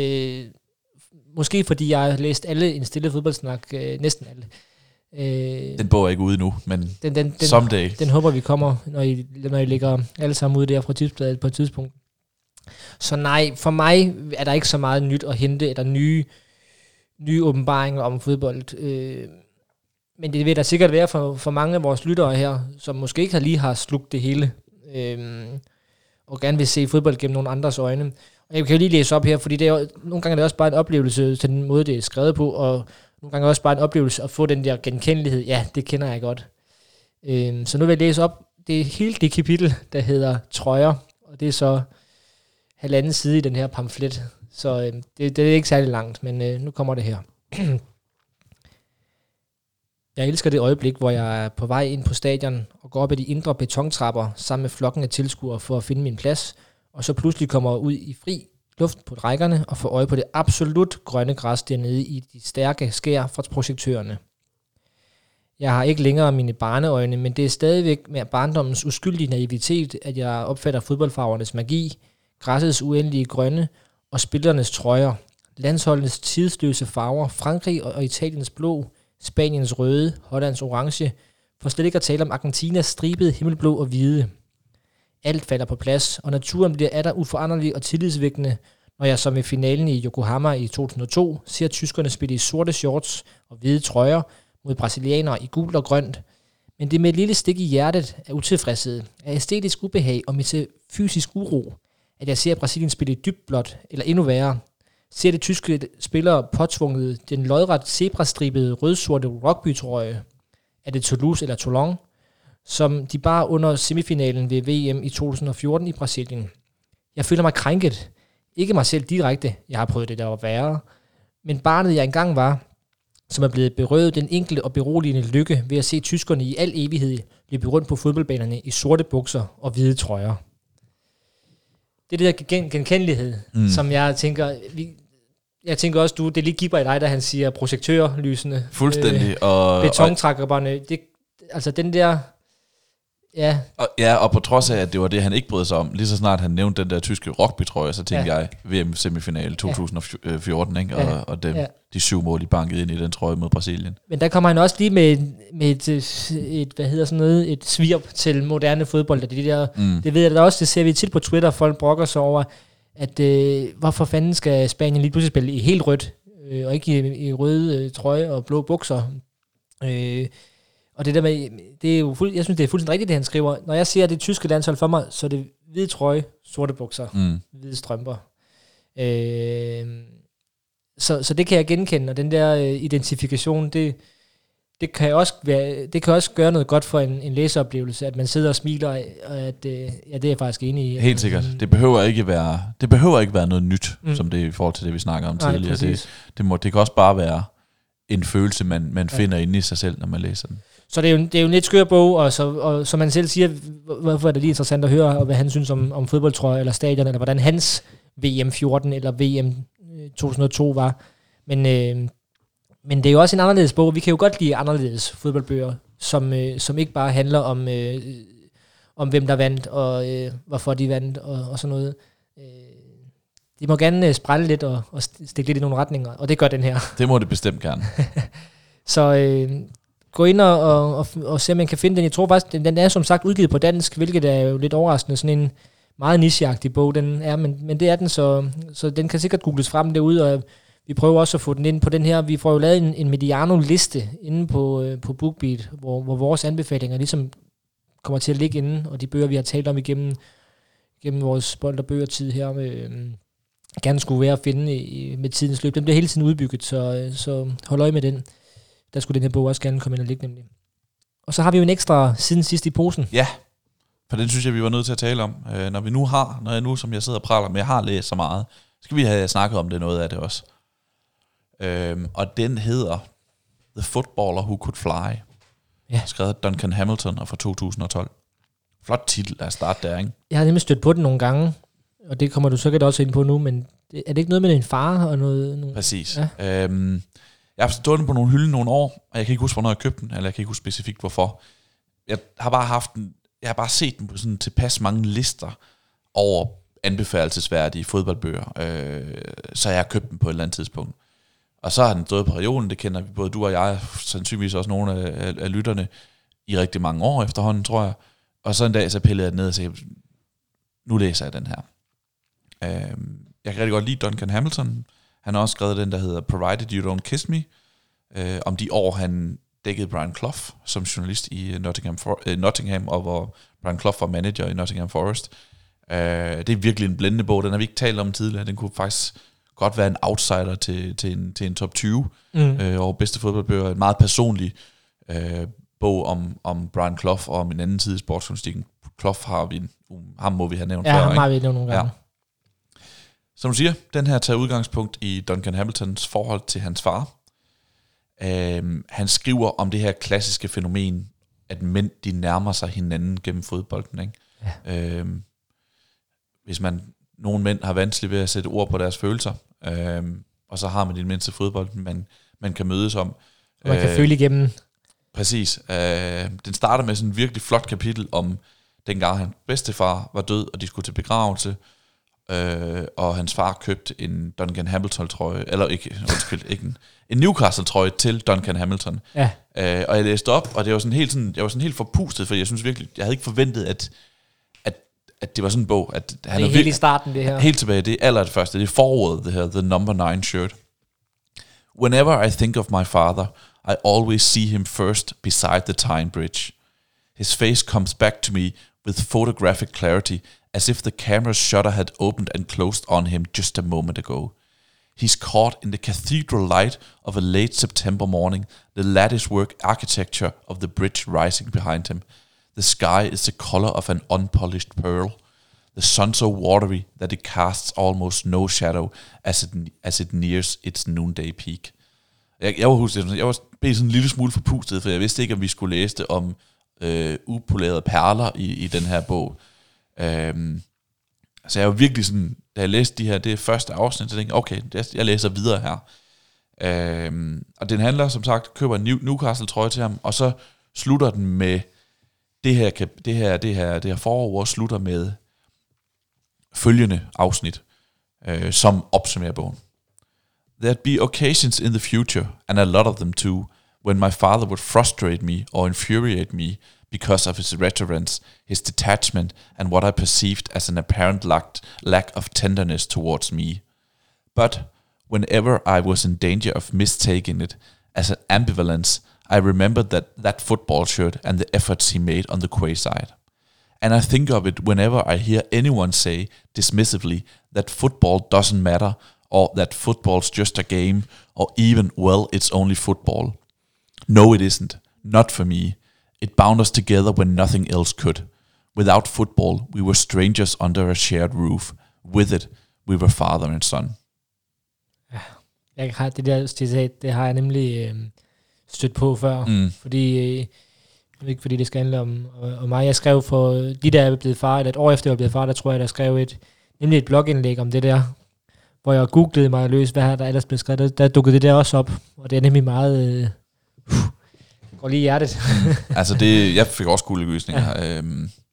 Måske fordi jeg har læst alle en stille fodboldsnak, næsten alle. Den bog er ikke ude nu, men someday. Den håber vi kommer, når I ligger alle sammen ude der fra Tipsbladet på et tidspunkt. Så nej, for mig er der ikke så meget nyt at hente, eller nye åbenbaringer om fodbold. Men det vil der sikkert være for mange af vores lyttere her, som måske ikke lige har slugt det hele, og gerne vil se fodbold gennem nogle andres øjne. Og jeg kan jo lige læse op her, fordi det er nogle gange er det også bare en oplevelse til den måde, det er skrevet på, og nogle gange også bare en oplevelse at få den der genkendelighed. Ja, det kender jeg godt. Så nu vil jeg læse op. Det er helt det kapitel, der hedder Trøjer, og det er så 1,5 side i den her pamflet. Så det er ikke særlig langt, men nu kommer det her. Jeg elsker det øjeblik, hvor jeg er på vej ind på stadion og går op ad de indre betontrapper sammen med flokken af tilskuere for at finde min plads, og så pludselig kommer ud i fri luft på rækkerne og får øje på det absolut grønne græs dernede i de stærke skær fra projektørerne. Jeg har ikke længere mine barneøjne, men det er stadigvæk med barndommens uskyldige naivitet, at jeg opfatter fodboldfarvernes magi, græssets uendelige grønne og spillernes trøjer, landsholdenes tidsløse farver, Frankrig og Italiens blå, Spaniens røde, Hollands orange, for slet ikke at tale om Argentinas stribede himmelblå og hvide. Alt falder på plads, og naturen bliver atter uforanderlig og tillidsvækkende, når jeg som i finalen i Yokohama i 2002 ser tyskerne spille i sorte shorts og hvide trøjer mod brasilianere i gul og grønt. Men det er med et lille stik i hjertet af utilfredshed, af æstetisk ubehag og med fysisk uro, at jeg ser Brasilien spille i dybt blåt, eller endnu værre, ser det tyske spillere påtvunget den lodret zebrastribede rødsorte rugbytrøje, er det Toulouse eller Toulon, som de bare under semifinalen ved VM i 2014 i Brasilien. Jeg føler mig krænket. Ikke mig selv direkte, jeg har prøvet det der var værre, men barnet jeg engang var, som er blevet berøvet den enkelte og beroligende lykke ved at se tyskerne i al evighed løbe rundt på fodboldbanerne i sorte bukser og hvide trøjer. Det er det der genkendelighed, som jeg tænker... Jeg tænker også, det er lige Gibber i dig, da han siger projektørlysene. Fuldstændig. Betontrækkerne. Altså den der... Ja. Og på trods af, at det var det, han ikke brød sig om, lige så snart han nævnte den der tyske rugbytrøje, så tænkte jeg, VM-semifinale 2014, ikke? Og de 7 mål, de bankede ind i den trøje mod Brasilien. Men der kommer han også lige med et hvad hedder sådan noget, et svirp til moderne fodbold. Det ved jeg da også, det ser vi tit på Twitter, folk brokker sig over, at hvorfor fanden skal Spanien lige pludselig spille i helt rødt, og ikke i røde trøje og blå bukser. Og det der med, det er jo jeg synes, det er fuldstændig rigtigt, det han skriver. Når jeg ser det tyske landshold for mig, så er det hvide trøje, sorte bukser, hvide strømper. Så det kan jeg genkende, og den der identifikation, det kan også gøre noget godt for en læseoplevelse, at man sidder og smiler, og at det er jeg faktisk enig i. Helt sikkert. Det behøver ikke være noget nyt, som det i forhold til det, vi snakker om tidligere. Det kan også bare være en følelse, man finder inde i sig selv, når man læser den. Så det er jo en lidt skør bog, og som man selv siger, hvorfor er det lige interessant at høre, hvad han synes om fodboldtrøje eller stadion, eller hvordan hans VM 14 eller VM 2002 var. Men det er jo også en anderledes bog. Vi kan jo godt lide anderledes fodboldbøger, som ikke bare handler om hvem der vandt, og hvorfor de vandt, og sådan noget. De må gerne sprælle lidt og stikke lidt i nogle retninger, og det gør den her. Det må det bestemt gerne. Så gå ind og se, om man kan finde den. Jeg tror faktisk, den er som sagt udgivet på dansk, hvilket er jo lidt overraskende. Sådan en meget nicheagtig bog, den er, men det er den, så den kan sikkert googles frem derude, og vi prøver også at få den ind på den her. Vi får jo lavet en Mediano-liste inde på BookBeat, hvor vores anbefalinger ligesom kommer til at ligge inde, og de bøger, vi har talt om igennem vores bold- og bøgertid her, gerne skulle være at finde med tidens løb. Den bliver hele tiden udbygget, så hold øje med den. Der skulle den her bog også gerne komme ind og ligge nemlig. Og så har vi jo en ekstra siden sidst i posen. Ja, for den synes jeg, vi var nødt til at tale om. Når jeg nu, som jeg sidder og praler med, jeg har læst så meget, skal vi have snakket om det, noget af det også. Og den hedder The Footballer Who Could Fly. Ja. Skrevet af Duncan Hamilton og fra 2012. Flot titel at starte der, ikke? Jeg har nemlig stødt på den nogle gange, og det kommer du sikkert også ind på nu, men er det ikke noget med en far og noget? Præcis. Ja. Jeg har stået den på nogle hylde nogle år, og jeg kan ikke huske, hvornår jeg købte den, eller jeg kan ikke huske specifikt, hvorfor. Jeg har bare set den på sådan tilpas mange lister over anbefalelsesværdige fodboldbøger, så jeg har købt den på et eller andet tidspunkt. Og så har den stået på reolen, det kender vi både du og jeg, sandsynligvis også nogle af lytterne, i rigtig mange år efterhånden, tror jeg. Og så en dag, så pillede jeg den ned og sagde, nu læser jeg den her. Jeg kan rigtig godt lide Duncan Hamilton. Han har også skrevet den, der hedder Provided You Don't Kiss Me, om de år, han dækkede Brian Clough som journalist i Nottingham, og hvor Brian Clough var manager i Nottingham Forest. Det er virkelig en blændende bog. Den har vi ikke talt om tidligere. Den kunne faktisk godt være en outsider til en top 20 over bedste fodboldbøger. En meget personlig bog om Brian Clough og om en anden side i sportsjournalistikken. Clough ham må vi have nævnt før. Ja, ham har vi nævnt nogle gange. Ja. Som du siger, den her tager udgangspunkt i Duncan Hamiltons forhold til hans far. Han skriver om det her klassiske fænomen, at mænd de nærmer sig hinanden gennem fodbolden. Ikke? Ja. Hvis nogle mænd har vanskeligt ved at sætte ord på deres følelser, og så har man i det mindste fodbolden, man kan mødes om. Man kan føle igennem. Præcis. Den starter med sådan en virkelig flot kapitel om dengang hans bedstefar var død, og de skulle til begravelse, og hans far købte en Duncan Hamilton-trøje, eller ikke en Newcastle-trøje til Duncan Hamilton. Ja. Og jeg læste op, og det var sådan jeg var sådan helt forpustet, for jeg synes virkelig, jeg havde ikke forventet, at det var sådan en bog. At han det er helt i starten, det her. Helt tilbage, det er allerførste, det er forordet, det her, The Number 9 shirt. Whenever I think of my father, I always see him first beside the Tyne Bridge. His face comes back to me with photographic clarity, as if the camera's shutter had opened and closed on him just a moment ago. He's caught in the cathedral light of a late September morning, the latticework architecture of the bridge rising behind him. The sky is the color of an unpolished pearl. The sun so watery that it casts almost no shadow as it nears its noonday peak. Jeg var sådan en lille smule forpustet, for jeg vidste ikke, om vi skulle læse det om upolerede perler i den her bog. Så jeg var virkelig sådan, da jeg læste det første afsnit, så tænkte jeg, okay, jeg læser videre her. Og den handler, som sagt, køber en Newcastle-trøje til ham, og så slutter den med det her forår, slutter med følgende afsnit, som opsummerer bogen. There'd be occasions in the future, and a lot of them too, when my father would frustrate me or infuriate me because of his reverence, his detachment, and what I perceived as an apparent lack of tenderness towards me. But whenever I was in danger of mistaking it as an ambivalence, I remembered that football shirt and the efforts he made on the quayside. And I think of it whenever I hear anyone say dismissively that football doesn't matter, or that football's just a game, or even, well, it's only football. No, it isn't. Not for me. It bound us together when nothing else could. Without football, we were strangers under a shared roof. With it, we were father and son. Ja, jeg har det der citat, det har jeg nemlig stødt på før, fordi ikke fordi det skal handle om mig. Jeg skrev for de der er blevet far, eller et år efter jeg er blevet far, der tror jeg, der skrev nemlig et blogindlæg om det der, hvor jeg googlede mig løs, hvad der ellers blev skrevet. Der dukkede det der også op, og det er nemlig meget går lige i hjertet. Altså jeg fik også kuldegysninger. Ja.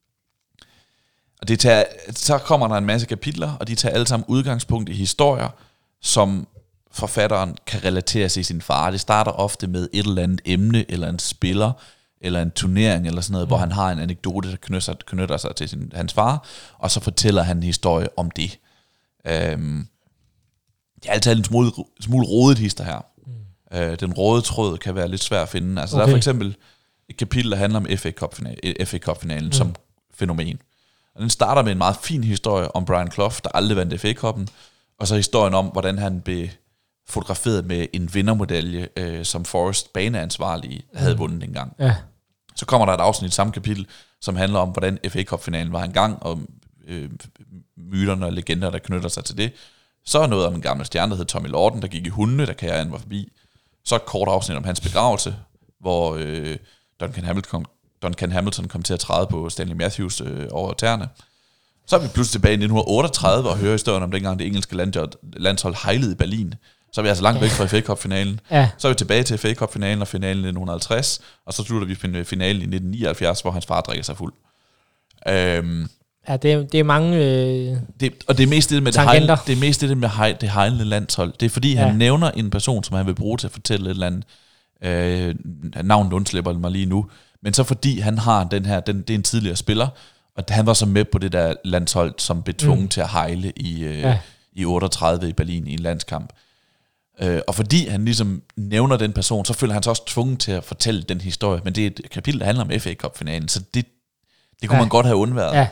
Og så kommer der en masse kapitler, og de tager alle sammen udgangspunkt i historier, som forfatteren kan relatere sig i sin far. Det starter ofte med et eller andet emne, eller en spiller, eller en turnering, eller sådan noget, hvor han har en anekdote, der knytter sig til hans far, og så fortæller han en historie om det. det er altid en smule rodet hister her. Den røde tråd kan være lidt svær at finde. Altså der er for eksempel et kapitel, der handler om FA Cup-finalen som fænomen. Og den starter med en meget fin historie om Brian Clough, der aldrig vandt FA Cup'en, og så historien om, hvordan han blev fotograferet med en vindermedalje, som Forrest baneansvarlige havde vundet engang. Ja. Så kommer der et afsnit i samme kapitel, som handler om, hvordan FA Cup-finalen var engang, og myterne og legender, der knytter sig til det. Så er noget om en gammel stjerne, der hed Tommy Lawton, der gik i hundene, der karrieren var forbi. Så et kort afsnit om hans begravelse, hvor Duncan Hamilton kom til at træde på Stanley Matthews over tæerne. Så er vi pludselig tilbage i 1938 og hører historien om dengang det engelske landshold hejlede i Berlin. Så er vi altså langt væk fra FA Cup-finalen. Ja. Så er vi tilbage til FA Cup-finalen og finalen i 1950, og så slutter vi med finalen i 1979, hvor hans far drikker sig fuld. Ja, det er mange og det er mest det med det hejlende landshold. Det er fordi, han nævner en person, som han vil bruge til at fortælle et eller andet. Navnet undslipper mig lige nu. Men så fordi han har det er en tidligere spiller, og han var så med på det der landshold, som blev tvunget til at hejle i 38 i Berlin i en landskamp. Og fordi han ligesom nævner den person, så føler han sig også tvunget til at fortælle den historie. Men det er et kapitel, der handler om FA Cup-finalen, så det kunne man godt have undværet. Ja.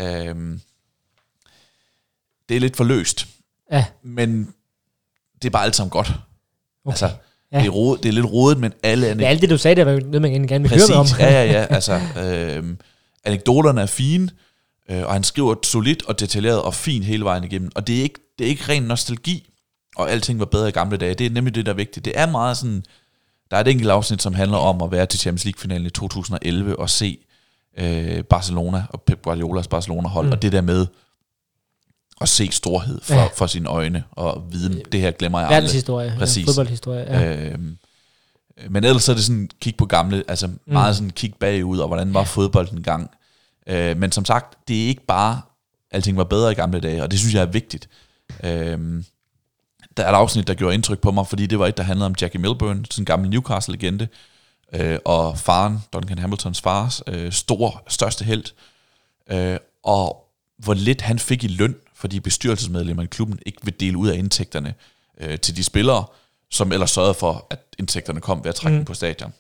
Det er lidt for løst. Ja. Men det er bare alt sammen godt. Okay. Altså, det er lidt rodet, men alle... alt det, du sagde, det var jo noget, man gerne vil høre om. Ja. Altså, anekdoterne er fine, og han skriver solidt og detaljeret og fint hele vejen igennem. Og det er ikke ren nostalgi, og alting var bedre i gamle dage. Det er nemlig det, der er vigtigt. Det er meget sådan... Der er et enkelt afsnit, som handler om at være til Champions League-finalen i 2011 og se Barcelona og Pep Guardiolas Barcelona-hold, og det der med at se storhed for sine øjne og viden. Det her glemmer jeg aldrig. Verdenshistorie. Præcis. Fodboldhistorie. Ja. Men ellers er det sådan kig på gamle, altså meget sådan kig bagud, og hvordan var fodbolden engang. Men som sagt, det er ikke bare, alting var bedre i gamle dage, og det synes jeg er vigtigt. Der er et afsnit, der gjorde indtryk på mig, fordi det var et, der handlede om Jackie Milburn, sådan en gammel Newcastle-legende, og faren, Duncan Hamiltons fars, største helt, og hvor lidt han fik i løn, fordi bestyrelsesmedlemmer i klubben ikke vil dele ud af indtægterne til de spillere, som ellers sørgede for, at indtægterne kom ved at trække dem på stadion.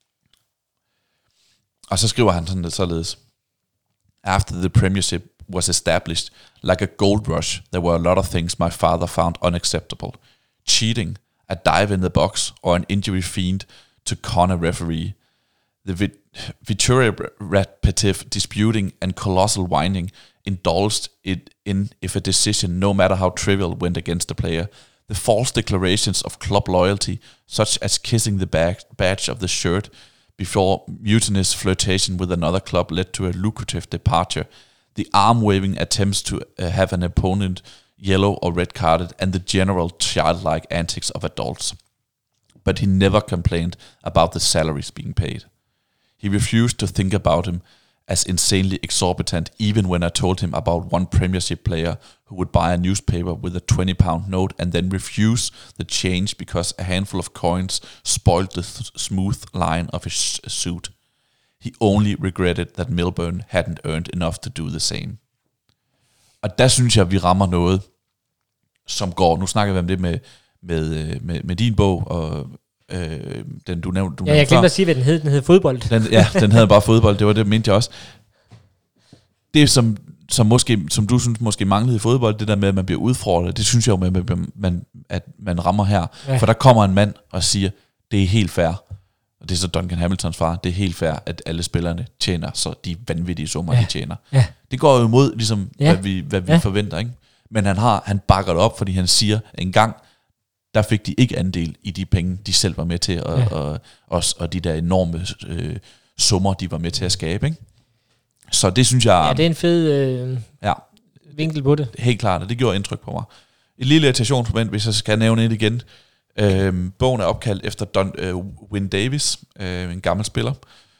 Og så skriver han sådan således: After the Premiership was established, like a gold rush, there were a lot of things my father found unacceptable. Cheating, a dive in the box, or an injury fiend to con a referee. The vituperative disputing and colossal whining indulged it in if a decision, no matter how trivial, went against the player. The false declarations of club loyalty, such as kissing the badge of the shirt before mutinous flirtation with another club, led to a lucrative departure. The arm-waving attempts to have an opponent yellow or red-carded, and the general childlike antics of adults. But he never complained about the salaries being paid. He refused to think about him as insanely exorbitant, even when I told him about one Premiership player who would buy a newspaper with a £20 note and then refuse the change because a handful of coins spoiled the smooth line of his suit. He only regretted that Milburn hadn't earned enough to do the same. Og der synes jeg, vi rammer noget, som går... Nu snakker vi om det med din bog, og den du nævnte... jeg glemte at sige, hvad den hed. Den hed Fodbold. Den hed bare Fodbold. Det var det, mente jeg også. Det, som du synes måske manglede i fodbold, det der med, at man bliver udfordret, det synes jeg jo med, at man rammer her. Ja. For der kommer en mand og siger, det er helt fair. Og det er så Duncan Hamiltons far. Det er helt fair, at alle spillerne tjener så de vanvittige summer, de tjener. Ja. Det går jo imod, ligesom, hvad vi forventer, ikke? Men han bakker det op, fordi han siger, en gang, der fik de ikke andel i de penge, de selv var med til, og de der enorme summer, de var med til at skabe, ikke? Så det synes jeg... Ja, det er en fed vinkel på det. Helt klart, og det gjorde indtryk på mig. Et lille irritationsmoment, hvis jeg skal nævne det igen. Bogen er opkaldt efter Wyn Davies, en gammel spiller.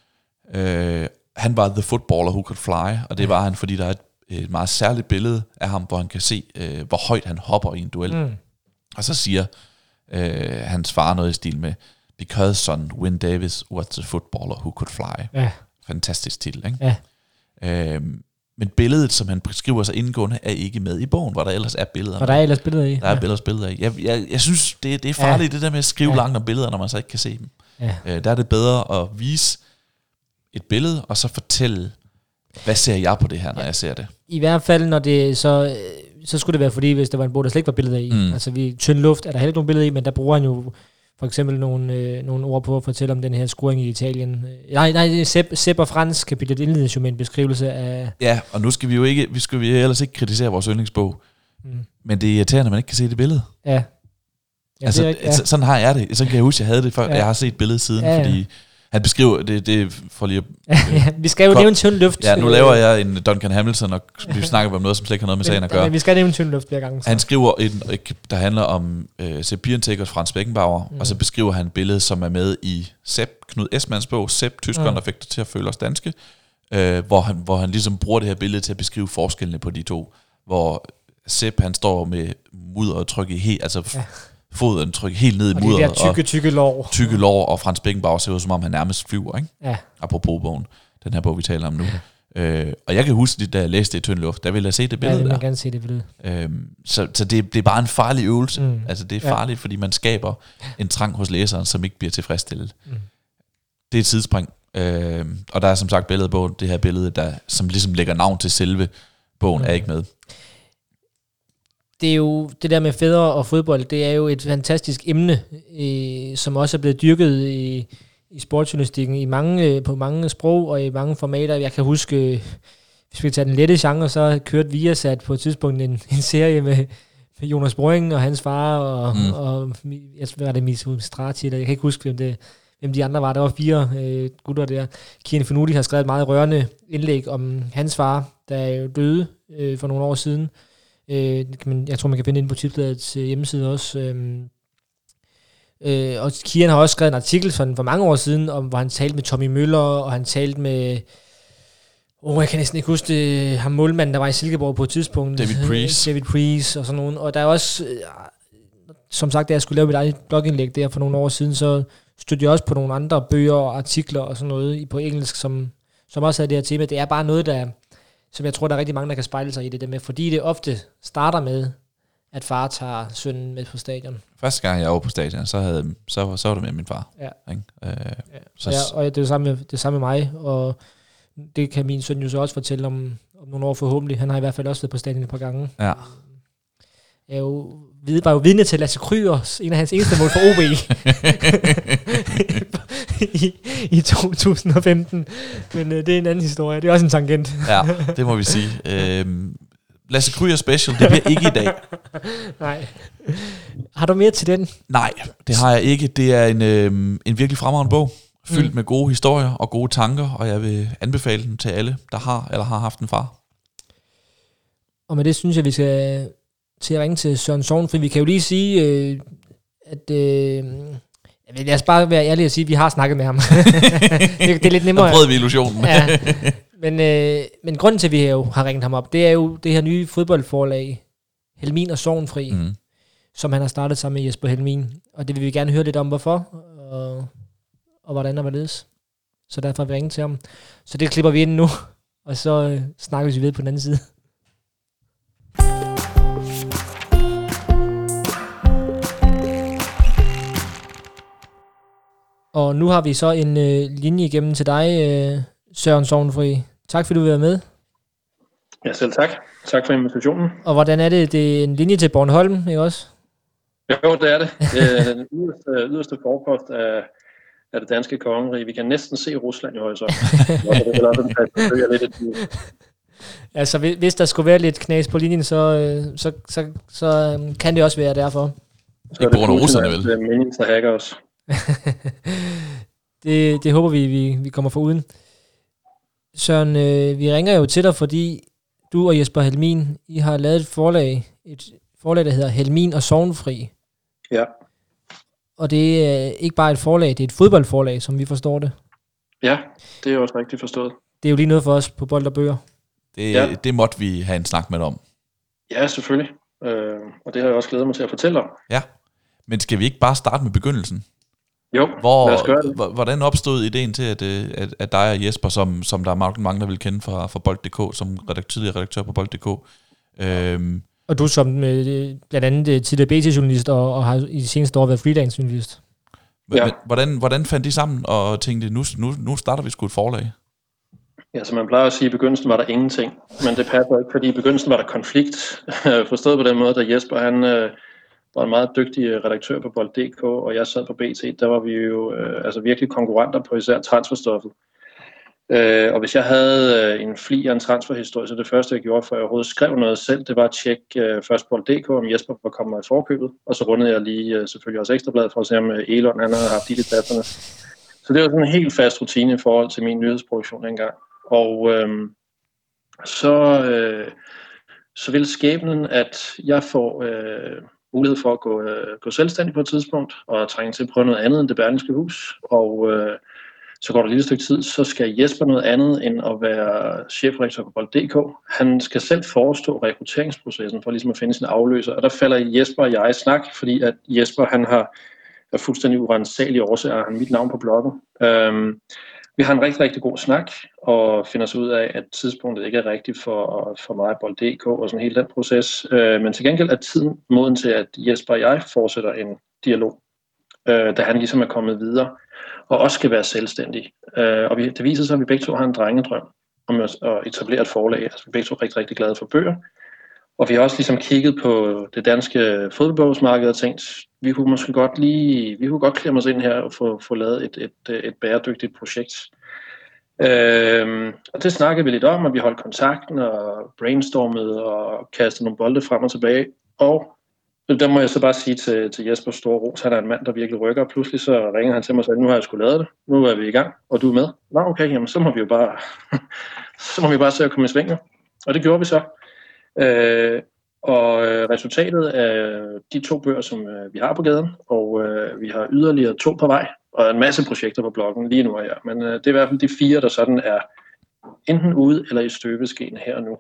Han var the footballer who could fly, og det var han, fordi der er et meget særligt billede af ham, hvor han kan se, hvor højt han hopper i en duel. Og så siger hans far noget i stil med, because son, Wyn Davies was the footballer who could fly. Ja. Fantastisk titel, ikke? Ja. Men billedet, som han beskriver sig indgående, er ikke med i bogen, hvor der ellers er billeder. Og der er ellers billeder i. Der er billeder i. Jeg synes, det er farligt, det der med at skrive langt om billeder, når man så ikke kan se dem. Ja. Der er det bedre at vise et billede, og så fortælle, hvad ser jeg på det her, når jeg ser det. I hvert fald, når det så skulle det være, fordi hvis der var en bog, der slet ikke var billeder i. Altså, tynd luft er der heller ikke nogen billeder i, men der bruger han jo for eksempel nogle ord på at fortælle om den her scoring i Italien. Nej, Sepp og Frans kapitlet indledes jo med en beskrivelse af... Ja, og nu skal vi ellers ikke kritisere vores yndlingsbog, men det er irriterende, at man ikke kan se det billede. Ja. Altså, det er sådan har jeg det. Så kan jeg huske, at jeg havde det før, jeg har set billedet siden, fordi han beskriver det for lige at... vi skal jo nævne tynd luft. Ja, nu laver jeg en Duncan Hamilton, og vi snakker om noget, som slet ikke har noget med sagen at gøre. Men vi skal nævne tynd luft flere gange. Så. Han skriver der handler om Sepp Piontek og Franz Beckenbauer, og så beskriver han billedet, som er med i Sepp, Knud Esmanns bog, Sepp, tyskeren, der fik det til at føle os danske, hvor han ligesom bruger det her billede til at beskrive forskellene på de to, hvor Sepp, han står med mudder og tryk i foden trykker helt ned i mudderet. Og det der tykke lår, og Franz Beckenbauer ser ud, som om han nærmest flyver, ikke? Ja. Apropos bogen, den her bog, vi taler om nu. Og jeg kan huske det, da jeg læste det i tynd luft, der ville jeg se det billede der. Ja, jeg gerne se det billede. Så det er bare en farlig øvelse. Altså det er farligt, fordi man skaber en trang hos læseren, som ikke bliver tilfredsstillet. Det er et tidsspring. Og der er som sagt billedet på det her billede, som ligesom lægger navn til selve bogen, er ikke med. Det er jo det der med fædre og fodbold, det er jo et fantastisk emne, som også er blevet dyrket i sportsjournalistikken på mange sprog og i mange formater. Jeg kan huske, hvis vi tager den lette genre, så kørte Viasat på et tidspunkt en serie med Jonas Brøing og hans far og jeg var det Miso Strati, jeg kan ikke huske, hvem de andre var. Der var 4 gutter der. Kian Fanuti har skrevet et meget rørende indlæg om hans far, der er jo døde for nogle år siden. Jeg tror, man kan finde det inde på Tipsbladets hjemmeside også. Og Kian har også skrevet en artikel for mange år siden, hvor han talte med Tommy Møller, og han talte med... jeg kan næsten ikke huske det, ham målmanden, der var i Silkeborg på et tidspunkt. David Priest og sådan nogen. Og der er også... som sagt, da jeg skulle lave mit eget blogindlæg der for nogle år siden, så stødte jeg også på nogle andre bøger og artikler og sådan noget på engelsk, som også havde det her tema. Det er bare noget, som jeg tror, der er rigtig mange, der kan spejle sig i det der med, fordi det ofte starter med, at far tager sønnen med på stadion. Første gang jeg var på stadion, så var det med min far. Ja. Og det er det samme med mig, og det kan min søn jo så også fortælle om nogle år forhåbentlig. Han har i hvert fald også været på stadion et par gange. Ja. Jeg var jo vidne til Lasse Krüger, en af hans eneste mål for OB i 2015. Men det er en anden historie. Det er også en tangent. Ja, det må vi sige. Lasse Krüger special, det bliver ikke i dag. Nej. Har du mere til den? Nej, det har jeg ikke. Det er en virkelig fremragende bog, fyldt med gode historier og gode tanker, og jeg vil anbefale den til alle, der har eller har haft en far. Og med det synes jeg, vi skal til at ringe til Søren Sorgenfri. Vi kan jo lige sige, at... lad os bare være ærlige og sige, at vi har snakket med ham. det er lidt nemmere. Der brød vi illusionen. Ja. Men grunden til, at vi jo har ringet ham op, det er jo det her nye fodboldforlag, Helmin og Sorgenfri, som han har startet sammen med Jesper Helmin. Og det vil vi gerne høre lidt om, hvorfor, og hvordan og hvorledes. Så derfor har vi ringet til ham. Så det klipper vi ind nu, og så snakker vi ved på den anden side. Og nu har vi så en linje igennem til dig, Søren Sorgenfri. Tak fordi du vil være med. Ja, selv tak. Tak for invitationen. Og hvordan er det? Det er en linje til Bornholm, ikke også? Jo, det er det. Det er den yderste forpost af det danske kongerige. Vi kan næsten se Rusland i horisonten. Altså, hvis der skulle være lidt knas på linjen, så kan det også være derfor. Så er det Rusland, vel? Det er meningen, der hacker os. det håber vi kommer foruden. Søren, vi ringer jo til dig, fordi du og Jesper Helmin, I har lavet et forlag, der hedder Helmin og Sorgenfri. Ja. Og det er ikke bare et forlag, det er et fodboldforlag, som vi forstår det. Ja, det er også rigtigt forstået. Det er jo lige noget for os på Bold og Bøger. Det måtte vi have en snak med om. Ja, selvfølgelig. Og det har jeg også glædet mig til at fortælle om. Ja, men skal vi ikke bare starte med begyndelsen? Jo, lad os gøre det. Hvordan opstod ideen til, at dig og Jesper, som der er mange, der vil kende fra Bold.dk, som tidligere redaktør på Bold.dk, og du som blandt andet tidligere BT-journalist, og har i de seneste år været freelance-journalist. Ja. Hvordan fandt de sammen og tænkte, nu starter vi sgu et forlag? Ja, som man plejer at sige, i begyndelsen var der ingenting, men det passer ikke, fordi i begyndelsen var der konflikt. Forstået på den måde, da Jesper han var en meget dygtig redaktør på Bold.dk, og jeg sad på BT, der var vi jo virkelig konkurrenter på især transferstoffet. Og hvis jeg havde en fli af en transferhistorie, så det første jeg gjorde, før jeg overhovedet skrev noget selv, det var at tjekke først Bold.dk, om Jesper var kommet i forkøbet, og så rundede jeg lige selvfølgelig også Ekstrabladet for at se, om Elon han havde haft de pladserne. Så det var sådan en helt fast rutine i forhold til min nyhedsproduktion dengang. Og så vil skæbnen, at jeg får mulighed for at gå selvstændig på et tidspunkt, og trænge til at prøve noget andet end det Berlingske Hus. Og så går der et lille stykke tid, så skal Jesper noget andet end at være chefredaktør på Bold.dk. Han skal selv forestå rekrutteringsprocessen for ligesom at finde sin afløser. Og der falder Jesper og jeg i snak, fordi at Jesper han har fuldstændig urensagelige årsager, han mit navn på bloggen. Vi har en rigtig, rigtig god snak, og finder så ud af, at tidspunktet ikke er rigtigt for mig Bold.dk og sådan hele den proces. Men til gengæld er tiden moden til, at Jesper og jeg fortsætter en dialog, da han ligesom er kommet videre, og også skal være selvstændig. Og det viser sig, at vi begge to har en drengedrøm om at etablere et forlag. Altså, vi er begge to rigtig, rigtig glade for bøger. Og vi har også ligesom kigget på det danske fodboldbogsmarked og tænkt, vi kunne godt klemme os ind her og få lavet et bæredygtigt projekt. Og det snakkede vi lidt om, og vi holdt kontakten og brainstormede og kastede nogle bolde frem og tilbage. Og der må jeg så bare sige til Jespers store ros, han er en mand, der virkelig rykker, og pludselig så ringede han til mig og sagde, nu har jeg sgu lavet det, nu er vi i gang, og du er med. Nå okay, jamen så må vi jo bare se at komme i svinget. Og det gjorde vi så. Og resultatet af de 2 bøger, som vi har på gaden, og vi har yderligere 2 på vej, og en masse projekter på bloggen lige nu og her. Men det er i hvert fald de 4, der sådan er enten ude eller i støbeskeen her og nu.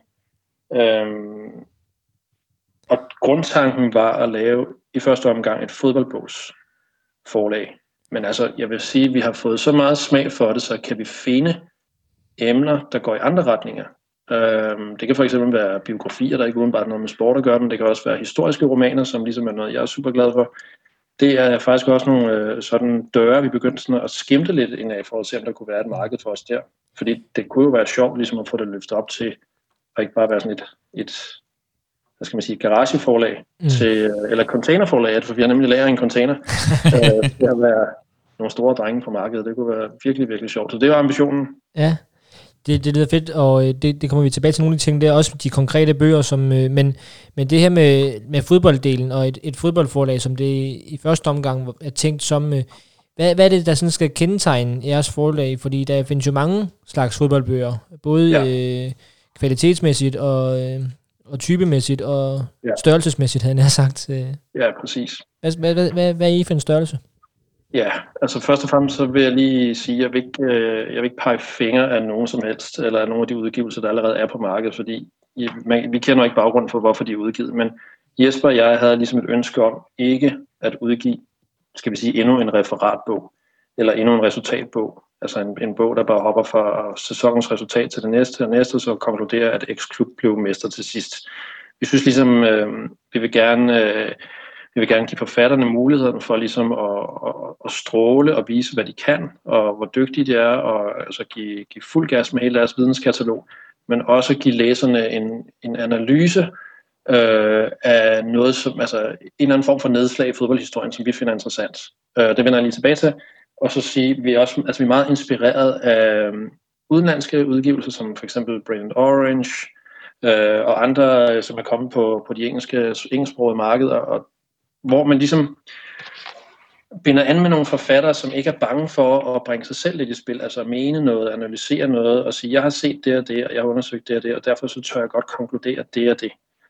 Og grundtanken var at lave i første omgang et fodboldbogsforlag. Men altså, jeg vil sige, at vi har fået så meget smag for det, så kan vi finde emner, der går i andre retninger. Det kan for eksempel være biografier, der ikke udenbart noget med sport at gøre, men det kan også være historiske romaner, som ligesom er noget, jeg er super glad for. Det er faktisk også nogle sådan døre, vi begyndte sådan at skimte lidt ind af, for at se, om der kunne være et marked for os der. Fordi det kunne jo være sjovt ligesom at få det løftet op til, at ikke bare være sådan et hvad skal man sige, garageforlag til, eller containerforlag, for vi har nemlig lavet en container. Det har været nogle store drenge på markedet. Det kunne være virkelig, virkelig sjovt. Så det var ambitionen. Ja. Det lyder fedt, og det kommer vi tilbage til nogle af de ting, det er også de konkrete bøger, som, men det her med fodbolddelen og et fodboldforlag, som det i første omgang er tænkt som, hvad er det, der sådan skal kendetegne jeres forlag? Fordi der findes jo mange slags fodboldbøger, både kvalitetsmæssigt og typemæssigt og størrelsesmæssigt, havde jeg sagt. Ja, præcis. Hvad er I for en størrelse? Ja, altså først og fremmest så vil jeg lige sige, at jeg vil ikke pege fingre af nogen som helst, eller af nogle af de udgivelser, der allerede er på markedet, fordi vi kender ikke baggrund for, hvorfor de er udgivet, men Jesper og jeg havde ligesom et ønske om ikke at udgive, skal vi sige, endnu en referatbog, eller endnu en resultatbog, altså en bog, der bare hopper fra sæsonens resultat til det næste, og næste, så konkluderer, at X-Klub blev mester til sidst. Vi synes ligesom, vi vil gerne give forfatterne muligheden for ligesom at stråle og vise, hvad de kan, og hvor dygtige de er, og altså give fuld gas med hele deres videnskatalog, men også give læserne en analyse af noget, som, altså en eller anden form for nedslag i fodboldhistorien, som vi finder interessant. Det vender jeg lige tilbage til, og så sige, vi er meget inspireret af udenlandske udgivelser, som for eksempel Brilliant Orange, og andre, som er kommet på de engelsksprogede markeder, og hvor man ligesom binder an med nogle forfattere, som ikke er bange for at bringe sig selv lidt i spil, altså mene noget, analysere noget, og sige, jeg har set det og det, og jeg har undersøgt det og det, og derfor så tør jeg godt konkludere det og det.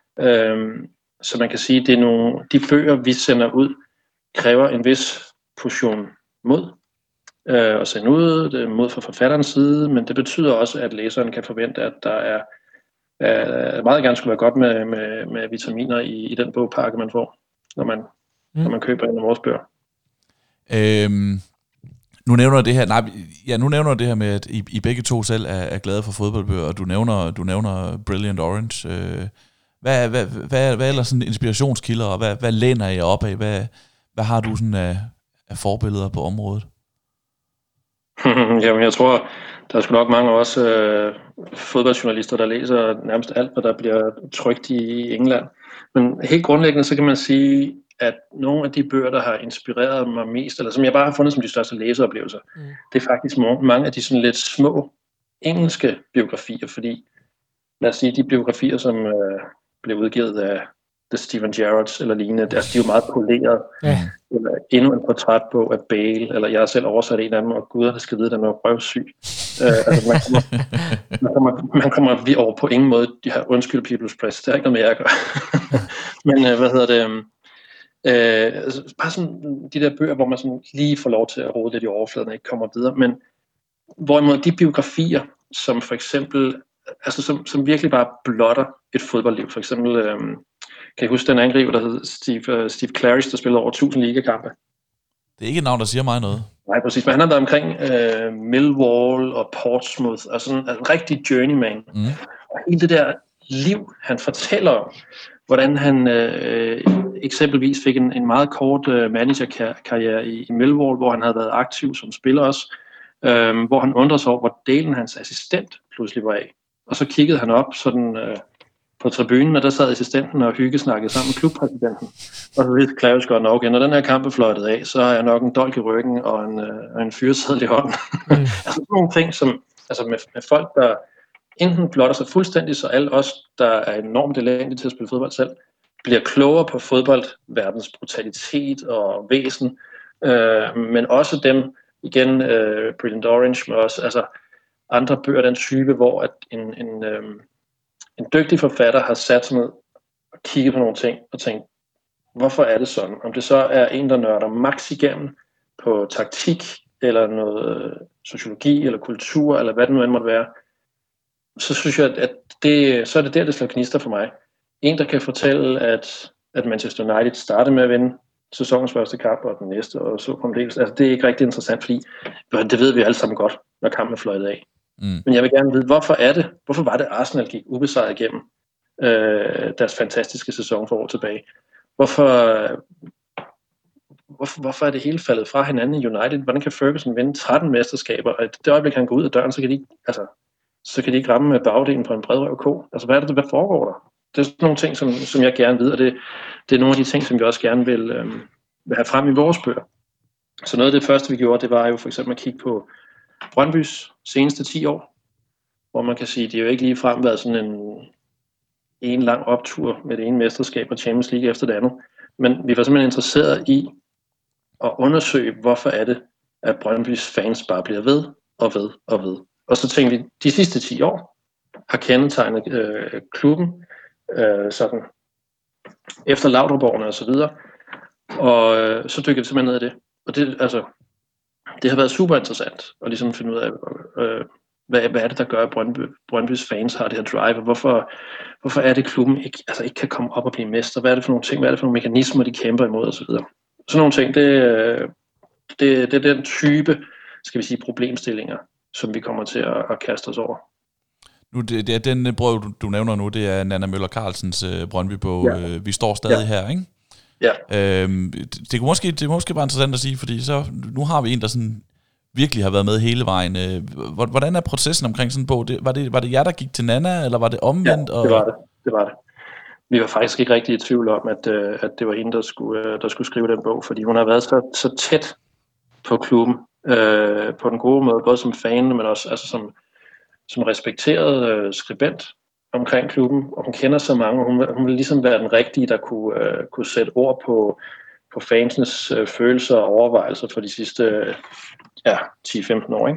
Så man kan sige, at de bøger, vi sender ud, kræver en vis portion mod at sende ud, det er mod fra forfatterens side, men det betyder også, at læseren kan forvente, at der er meget gerne skulle være godt med vitaminer i den bogpakke, man får, når man køber en af vores bøger. Nu nævner det her, nu nævner det her med, at I begge to selv er glade for fodboldbøger, og du nævner Brilliant Orange. Hvad er ellers sådan inspirationskilder, og hvad læner I op af? Hvad har du sådan af forbilleder på området? Jamen, jeg tror, der er sgu nok mange også fodboldjournalister, der læser nærmest alt, hvad der bliver trykt i England. Men helt grundlæggende, så kan man sige, at nogle af de bøger, der har inspireret mig mest, eller som jeg bare har fundet som de største læseoplevelser, det er faktisk mange af de sådan lidt små engelske biografier, fordi lad os sige, de biografier, som blev udgivet af The Steven Gerrards eller lignende, altså de er jo meget poleret. Ja. Eller endnu en portrætbog af Bale, eller jeg har selv oversat en af dem, og guderne skal vide, at den er røvsyg. Altså man kommer vi over på ingen måde, de har undskyld People's Press, det er ikke noget med, jeg gør. Men altså, bare sådan de der bøger, hvor man sådan lige får lov til at rode lidt i overfladen og ikke kommer videre, men hvorimod de biografier, som for eksempel, altså som virkelig bare blotter et fodboldliv, for eksempel, kan I huske den angriber, der hed Steve Clarish, der spillede over 1000 ligakampe? Det er ikke et navn, der siger mig noget. Nej, præcis, men han har været omkring Millwall og Portsmouth, og sådan en rigtig journeyman. Og hele det der liv, han fortæller om, hvordan han eksempelvis fik en meget kort managerkarriere i Millwall, hvor han havde været aktiv som spiller også, hvor han undrede sig over, hvor delen hans assistent pludselig var af. Og så kiggede han op sådan på tribunen, og der sad assistenten og hyggesnakkede sammen med klubpræsidenten. Og så vidste Clarish godt nok, når den her kamp er fløjtet af, så har jeg nok en dolk i ryggen og en fyreseddel i hånden. Altså sådan nogle ting, som, altså med folk, der enten blotter sig fuldstændig, så alle os, der er enormt elendige til at spille fodbold selv, bliver klogere på fodboldverdens brutalitet og væsen, men også dem, igen, Brilliant Orange, men også altså, andre bøger den type, hvor at en dygtig forfatter har sat sig ned og kigget på nogle ting og tænkt, hvorfor er det sådan? Om det så er en, der nørder max igennem på taktik, eller noget sociologi, eller kultur, eller hvad det nu end måtte være, så synes jeg, at så er det slår gnister for mig. En, der kan fortælle, at Manchester United startede med at vinde sæsonens første kamp, og den næste, og så fremdeles. Altså, det er ikke rigtig interessant, fordi det ved vi alle sammen godt, når kampen er fløjtet af. Men jeg vil gerne vide, hvorfor var det Arsenal gik ubesejret igennem deres fantastiske sæson for år tilbage? Hvorfor er det hele faldet fra hinanden i United? Hvordan kan Ferguson vinde 13 mesterskaber, og det øjeblik, han går ud af døren, så kan de ikke ramme med bagdelen på en bredrøv ko? Altså, hvad foregår der? Det er sådan nogle ting, som jeg gerne ved, og det er nogle af de ting, som vi også gerne vil have frem i vores bøger. Så noget af det første, vi gjorde, det var jo for eksempel at kigge på Brøndbys seneste 10 år, hvor man kan sige, at det jo ikke lige frem været sådan en lang optur med det ene mesterskab og Champions League efter det andet. Men vi var simpelthen interesseret i at undersøge, hvorfor er det, at Brøndbys fans bare bliver ved og ved og ved. Og så tænkte vi, de sidste 10 år har kendetegnet klubben sådan efter Laudrupårene og så videre. Og så dykkede vi simpelthen ned i det. Og det har været super interessant at ligesom finde ud af, hvad er det, der gør, at Brøndbys fans har det her drive, og hvorfor er det, klubben ikke kan komme op og blive mester? Hvad er det for nogle ting? Hvad er det for nogle mekanismer, de kæmper imod og så videre? Sådan nogle ting, det er den type, skal vi sige, problemstillinger, som vi kommer til at kaste os over. Nu, den brød, du nævner nu, det er Nanna Møller Carlsens Brøndby-bog. Ja. Vi står stadig her, ikke? Ja. Det kunne måske være interessant at sige, fordi så nu har vi en, der sådan virkelig har været med hele vejen. Hvordan er processen omkring sådan en bog? Var det jer, der gik til Nanna, eller var det omvendt? Ja, det var det. Vi var faktisk ikke rigtig i tvivl om, at det var hende, der skulle skrive den bog, fordi hun har været så tæt på klubben, på den gode måde, både som fan, men også altså som respekteret skribent omkring klubben, og hun kender så mange, og hun vil ligesom være den rigtige, der kunne sætte ord på fansenes følelser og overvejelser for de sidste 10-15 år, ikke?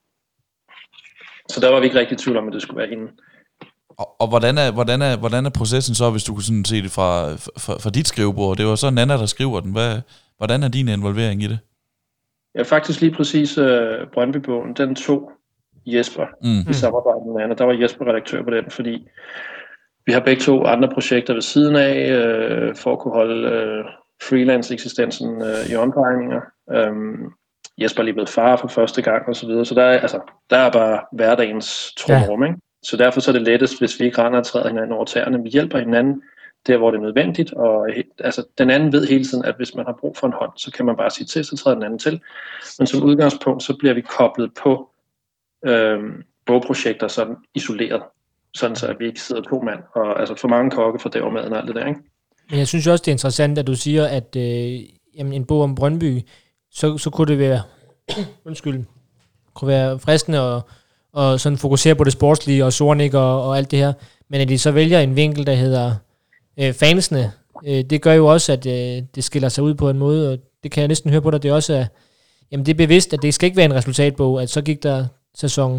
Så der var vi ikke rigtig i tvivl om, at det skulle være hende. Og hvordan er processen så, hvis du kunne sådan se det fra dit skrivebord? Det var så Nanna, der skriver den. Hvordan er din involvering i det? Ja, faktisk lige præcis Brøndby-bogen, den tog Jesper i samarbejde med Nanna. Der var Jesper redaktør på den, fordi vi har begge to andre projekter ved siden af, for at kunne holde freelance-eksistensen i omdrejninger. Jesper er lige blevet far for første gang og så videre, så der er bare hverdagens trummerum, ikke? Så derfor så er det lettest, hvis vi ikke render og træder hinanden over tæerne. Vi hjælper hinanden der, hvor det er nødvendigt, og den anden ved hele tiden, at hvis man har brug for en hånd, så kan man bare sige til, så træder den anden til. Men som udgangspunkt, så bliver vi koblet på bogprojekter sådan isoleret, sådan så at vi ikke sidder 2 mand, og altså for mange kokke fordæver maden og alt det der, ikke? Men jeg synes også, det er interessant, at du siger, at en bog om Brøndby, så kunne det være, kunne være fristende og sådan fokusere på det sportslige og Zornig og alt det her, men at de så vælger en vinkel, der hedder fansene, det gør jo også, at det skiller sig ud på en måde, og det kan jeg næsten høre på dig, det også er, jamen det er bevidst, at det skal ikke være en resultatbog, at så gik der sæson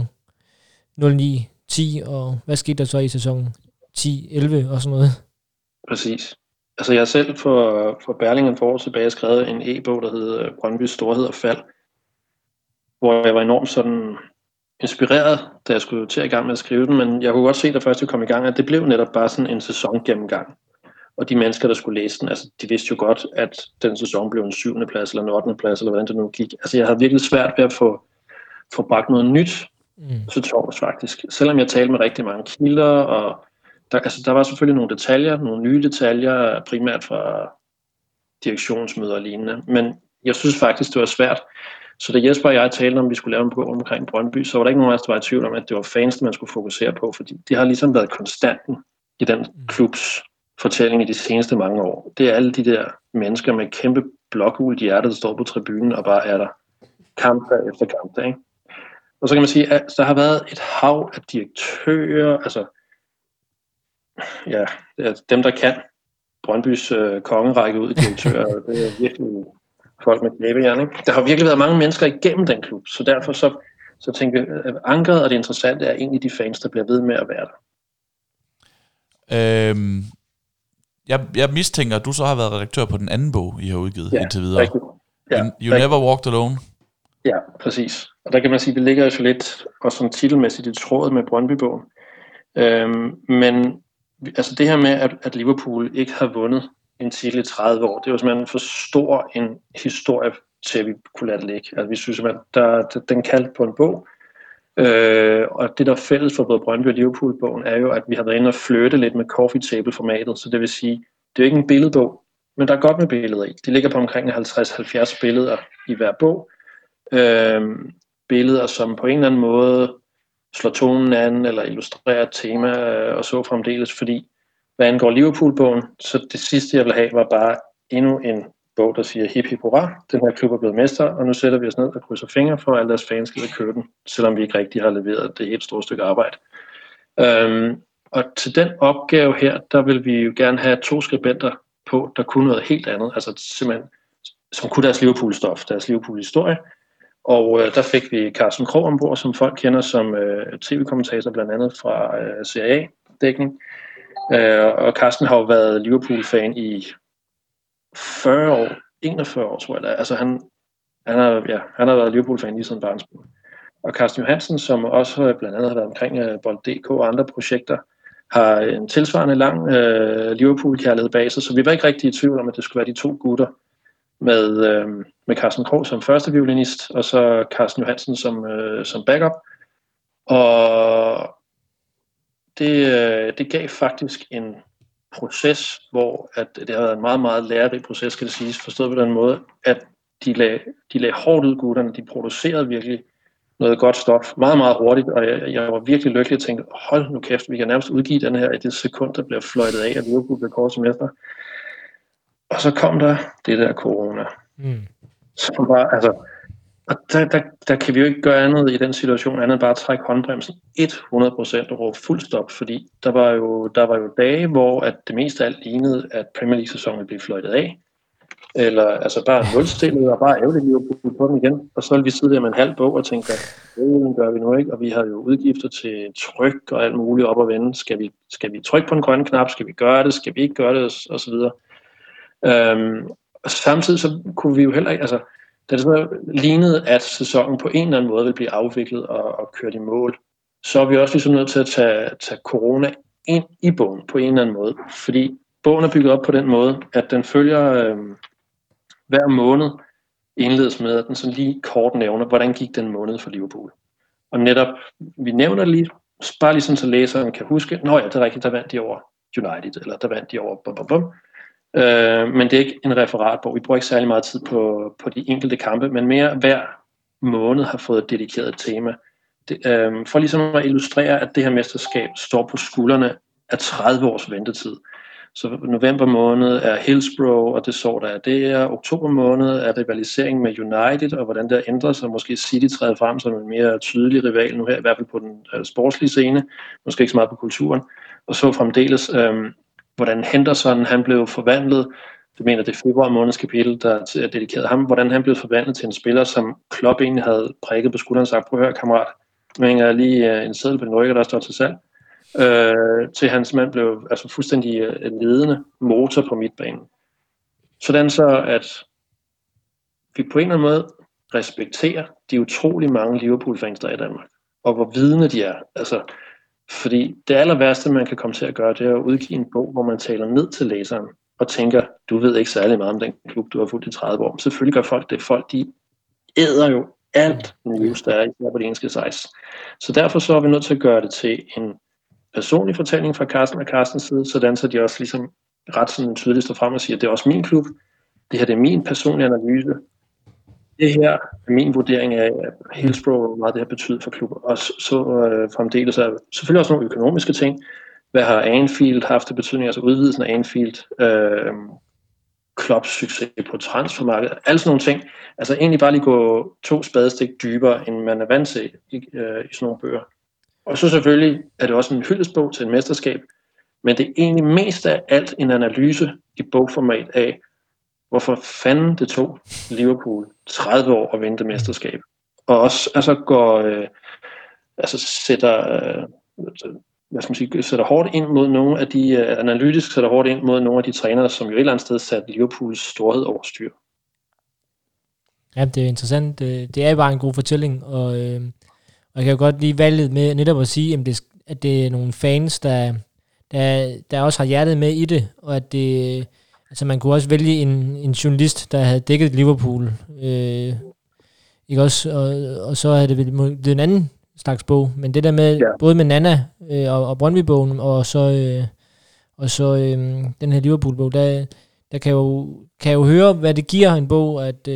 09-10, og hvad skete der så i sæson 10-11 og sådan noget? Præcis. Altså jeg har selv for Berlingen for år tilbage skrevet en e-bog, der hedder Brøndbys Storhed og Fald, hvor jeg var enormt sådan inspireret, da jeg skulle til i gang med at skrive den, men jeg kunne godt se, da først jeg kom i gang, at det blev netop bare sådan en sæsongennemgang. Og de mennesker, der skulle læse den, altså de vidste jo godt, at den sæson blev en 7. plads eller en 8. plads, eller hvordan det nu gik. Altså jeg havde virkelig svært ved at få bragt noget nyt til torvs faktisk. Selvom jeg talte med rigtig mange kilder, og der var selvfølgelig nogle detaljer, nogle nye detaljer, primært fra direktionsmøder og lignende. Men jeg synes faktisk, det var svært. Så da Jesper og jeg talte om, at vi skulle lave en bog omkring Brøndby, så var der ikke nogen af os, der var i tvivl om, at det var fans, man skulle fokusere på, fordi det har ligesom været konstanten i den klubs fortælling i de seneste mange år. Det er alle de der mennesker med kæmpe blågult hjerte, der står på tribunen og bare er der kamp efter kamp, ikke? Og så kan man sige, at der har været et hav af direktører, altså ja, dem der kan Brøndbys kongerække ud i direktører, det er virkelig folk med klæbejern, ikke? Der har virkelig været mange mennesker igennem den klub, så derfor så tænker jeg, at ankeret og det interessante er egentlig de fans, der bliver ved med at være der. Jeg mistænker, at du så har været redaktør på den anden bog, I har udgivet indtil videre. Rigtigt. Ja, You Never Walked Alone. Ja, præcis. Og der kan man sige, at vi ligger jo så lidt også sådan titelmæssigt i trådet med Brøndby-bogen. Men altså det her med, at Liverpool ikke har vundet en titel i 30 år, det er jo simpelthen for stor en historie til, at vi kunne lade det ligge. Altså vi synes simpelthen, den kaldte på en bog. Og det, der er fælles for både Brøndby og Liverpool-bogen, er jo, at vi har været inde og flytte lidt med coffee table-formatet. Så det vil sige, det er jo ikke en billedbog, men der er godt med billeder i. De ligger på omkring 50-70 billeder i hver bog. Billeder, som på en eller anden måde slår tonen an, eller illustrerer et tema, og så fremdeles, fordi hvad angår Liverpool-bogen, så det sidste, jeg ville have, var bare endnu en bog, der siger hip hip hurra, den her klub er blevet mester, og nu sætter vi os ned og krydser fingre for, at alle deres fans skal købe den, selvom vi ikke rigtig har leveret det helt store stykke arbejde. Og til den opgave her, der vil vi jo gerne have 2 skribenter på, der kunne noget helt andet, altså simpelthen, som kunne deres Liverpool-stof, deres Liverpool-historie. Og der fik vi Carsten Krog ombord, som folk kender som tv-kommentator, blandt andet fra CAA-dækning. Og Carsten har jo været Liverpool-fan i 40 år, 41 år, tror jeg det er. Altså han har været Liverpool-fan lige siden barnsben. Og Carsten Johansen, som også blandt andet har været omkring Bold.dk og andre projekter, har en tilsvarende lang Liverpool-kærlighed bag sig, så vi var ikke rigtig i tvivl om, at det skulle være de 2 gutter med Carsten Krog som første violinist, og så Carsten Johansen som backup. Og det gav faktisk en proces, hvor at det har været en meget, meget lærerig proces, skal det siges, forstået på den måde, at de lagde hårdt ud, gutterne, de producerede virkelig noget godt stof, meget, meget hurtigt, og jeg var virkelig lykkelig og tænkte, hold nu kæft, vi kan nærmest udgive den her i det sekund, der bliver fløjtet af, at Liverpool bliver kåret som mester. Og så kom der det der corona. Så bare, altså, og der kan vi jo ikke gøre andet i den situation, andet end bare at trække håndbremsen 100% og råbe fuld stop, fordi der var jo dage, hvor at det mest af alt lignede, at Premier League-sæsonen ville blive fløjtet af, eller altså bare nulstillet og bare ærgerligt Liverpool på den igen, og så ville vi sidde der med en halv bog og tænke, hvad gør vi nu ikke, og vi har jo udgifter til tryk og alt muligt op og vende, skal vi trykke på den grønne knap, skal vi gøre det, skal vi ikke gøre det, og så videre. Og samtidig så kunne vi jo heller ikke, altså da det så lignede, at sæsonen på en eller anden måde ville blive afviklet og kørt i mål, så er vi også ligesom nødt til at tage corona ind i bogen på en eller anden måde. Fordi bogen er bygget op på den måde, at den følger hver måned indledes med, at den sådan lige kort nævner, hvordan gik den måned for Liverpool. Og netop, vi nævner det lige, bare lige sådan, så læseren kan huske, nå ja, det er rigtigt, der vandt de over United, eller der vandt de over bum, bum, bum. Men det er ikke en referatbog. Vi bruger ikke særlig meget tid på de enkelte kampe, men mere hver måned har fået et dedikeret tema. For ligesom at illustrere, at det her mesterskab står på skuldrene af 30 års ventetid. Så november måned er Hillsborough, og det så der er det. Oktober måned er rivalisering med United, og hvordan det ændrer sig. Måske City træder frem som en mere tydelig rival nu her, i hvert fald på den sportslige scene. Måske ikke så meget på kulturen. Og så fremdeles, hvordan Henderson han blev forvandlet. Jeg mener, det er februar måneds kapitel, der er dedikeret ham. Hvordan han blev forvandlet til en spiller, som Klopp egentlig havde prikket på skulderen og sagt, prøv at høre, kammerat, nu hænger jeg lige en seddel på din ryg, der står til salg. Til hans mand blev altså fuldstændig ledende motor på midtbanen. Sådan så, at vi på en eller anden måde respekterer de utrolig mange Liverpool-fans, der er i Danmark, og hvor vidne de er. Altså, fordi det aller værste, man kan komme til at gøre, det er at udgive en bog, hvor man taler ned til læseren, og tænker, du ved ikke særlig meget om den klub, du har fulgt i 30 år. Selvfølgelig gør folk det. Folk, de æder jo alt news, der er i på det engelske size. Så derfor så er vi nødt til at gøre det til en personlig fortælling fra Carsten og Carstens side, sådan så de også ligesom ret sådan tydeligt står frem og siger, at det er også min klub, det her det er min personlige analyse, det her er min vurdering af Hillsborough, hvor meget det her betyder for klubber, og så fremdeles er selvfølgelig også nogle økonomiske ting. Hvad har Anfield haft af betydning, altså udvidelsen af Anfield, Klopps succes på transfermarkedet, alle sådan nogle ting. Altså egentlig bare lige gå 2 spadestik dybere, end man er vant til i sådan nogle bøger. Og så selvfølgelig er det også en hyldestbog til et mesterskab, men det er egentlig mest af alt en analyse i bogformat af, hvorfor fanden det tog Liverpool 30 år at vinde det mesterskab. Og også altså sætter hårdt ind mod nogle af de, analytisk sætter hårdt ind mod nogle af de trænere, som jo et eller andet sted satte Liverpools storhed over styr. Ja, det er interessant. Det er bare en god fortælling, og jeg kan jo godt lide valget med netop at sige, at det er nogle fans, der også har hjertet med i det, og at det, altså man kunne også vælge en journalist, der havde dækket Liverpool, ikke også, og så havde det blevet en anden slags bog, men det der med, både med Nana og Brøndby-bogen, og så den her Liverpool-bog, der kan jo høre, hvad det giver en bog, at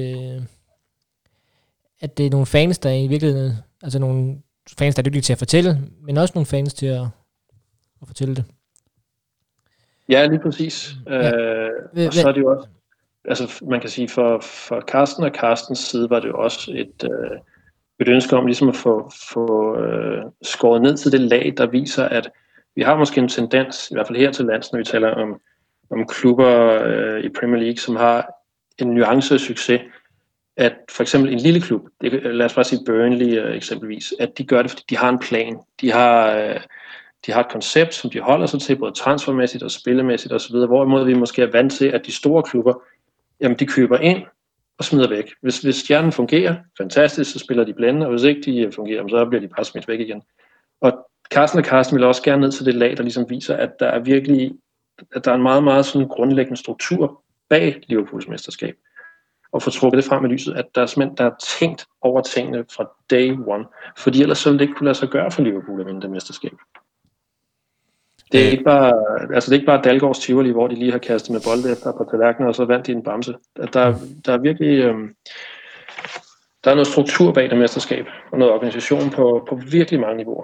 det er nogle fans, der i virkeligheden, altså nogle fans, der er dygtige til at fortælle, men også nogle fans til at fortælle det. Ja, lige præcis. Og så er det jo også, altså man kan sige, for Carsten og Carstens side var det jo også et ønske om ligesom at få skåret ned til det lag, der viser, at vi har måske en tendens, i hvert fald her til lands, når vi taler om klubber i Premier League, som har en nuance af succes, at for eksempel en lille klub, lad os bare sige Burnley eksempelvis, at de gør det, fordi de har en plan. De har et koncept, som de holder sig til, både transfermæssigt og spillemæssigt osv., hvorimod vi måske er vant til, at de store klubber, jamen de køber ind og smider væk. Hvis stjernen fungerer, fantastisk, så spiller de blændende, og hvis ikke de fungerer, så bliver de bare smidt væk igen. Og Carsten og Carsten vil også gerne ned til det lag, der ligesom viser, at der er en meget, meget sådan grundlæggende struktur bag Liverpools mesterskab. Og få trukket det frem i lyset, at der er tænkt over tingene fra day one, fordi ellers så ville det ikke kunne lade sig gøre for Liverpool at vinde det mesterskab. Det er ikke bare Dalgårds Tivoli, hvor de lige har kastet med bolde efter på tallerkener, og så vandt de en bamse. Der er virkelig der er noget struktur bag det mesterskab, og noget organisation på virkelig mange niveauer.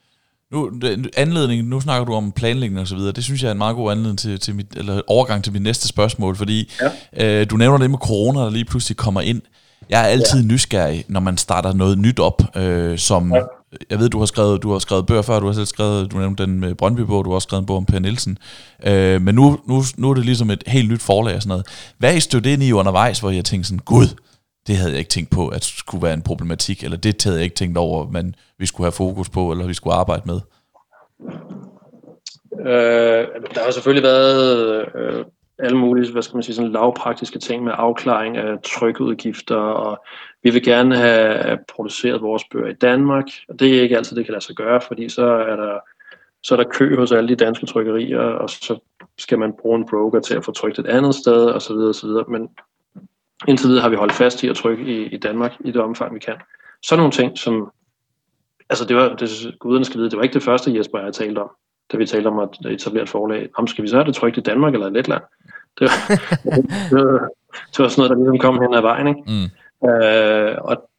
Nu snakker du om planlægning og så videre. Det synes jeg er en meget god anledning til overgang til mit næste spørgsmål, fordi du nævner det med corona, der lige pludselig kommer ind. Jeg er altid nysgerrig, når man starter noget nyt op, som jeg ved, du har skrevet bøger før, du har selv skrevet, du nævnte den med Brøndby-bog, du har også skrevet en bog om Per Nielsen. Men nu er det ligesom et helt nyt forlag og sådan noget. Hvad I stødte ind i undervejs, hvor jeg tænkte sådan, gud, det havde jeg ikke tænkt på, at det skulle være en problematik, eller det havde jeg ikke tænkt over, men vi skulle have fokus på, eller vi skulle arbejde med? Der har selvfølgelig været alle mulige, hvad skal man sige, sådan lavpraktiske ting med afklaring af trykudgifter, og vi vil gerne have produceret vores bøger i Danmark, og det er ikke altid, det kan lade sig gøre, fordi så er der kø hos alle de danske trykkerier, og så skal man bruge en broker til at få trykt et andet sted, og så videre, og så videre. Men Indtil videre har vi holdt fast i at trykke i Danmark i det omfang, vi kan. Sådan nogle ting, som... Altså, guderne skal vide, det var ikke det første, Jesper og jeg talte om, da vi talte om at etablere et forlag. Skal vi så have det trykt i Danmark eller i Letland? Det var sådan noget, der ligesom kom hen ad vejen, ikke? Og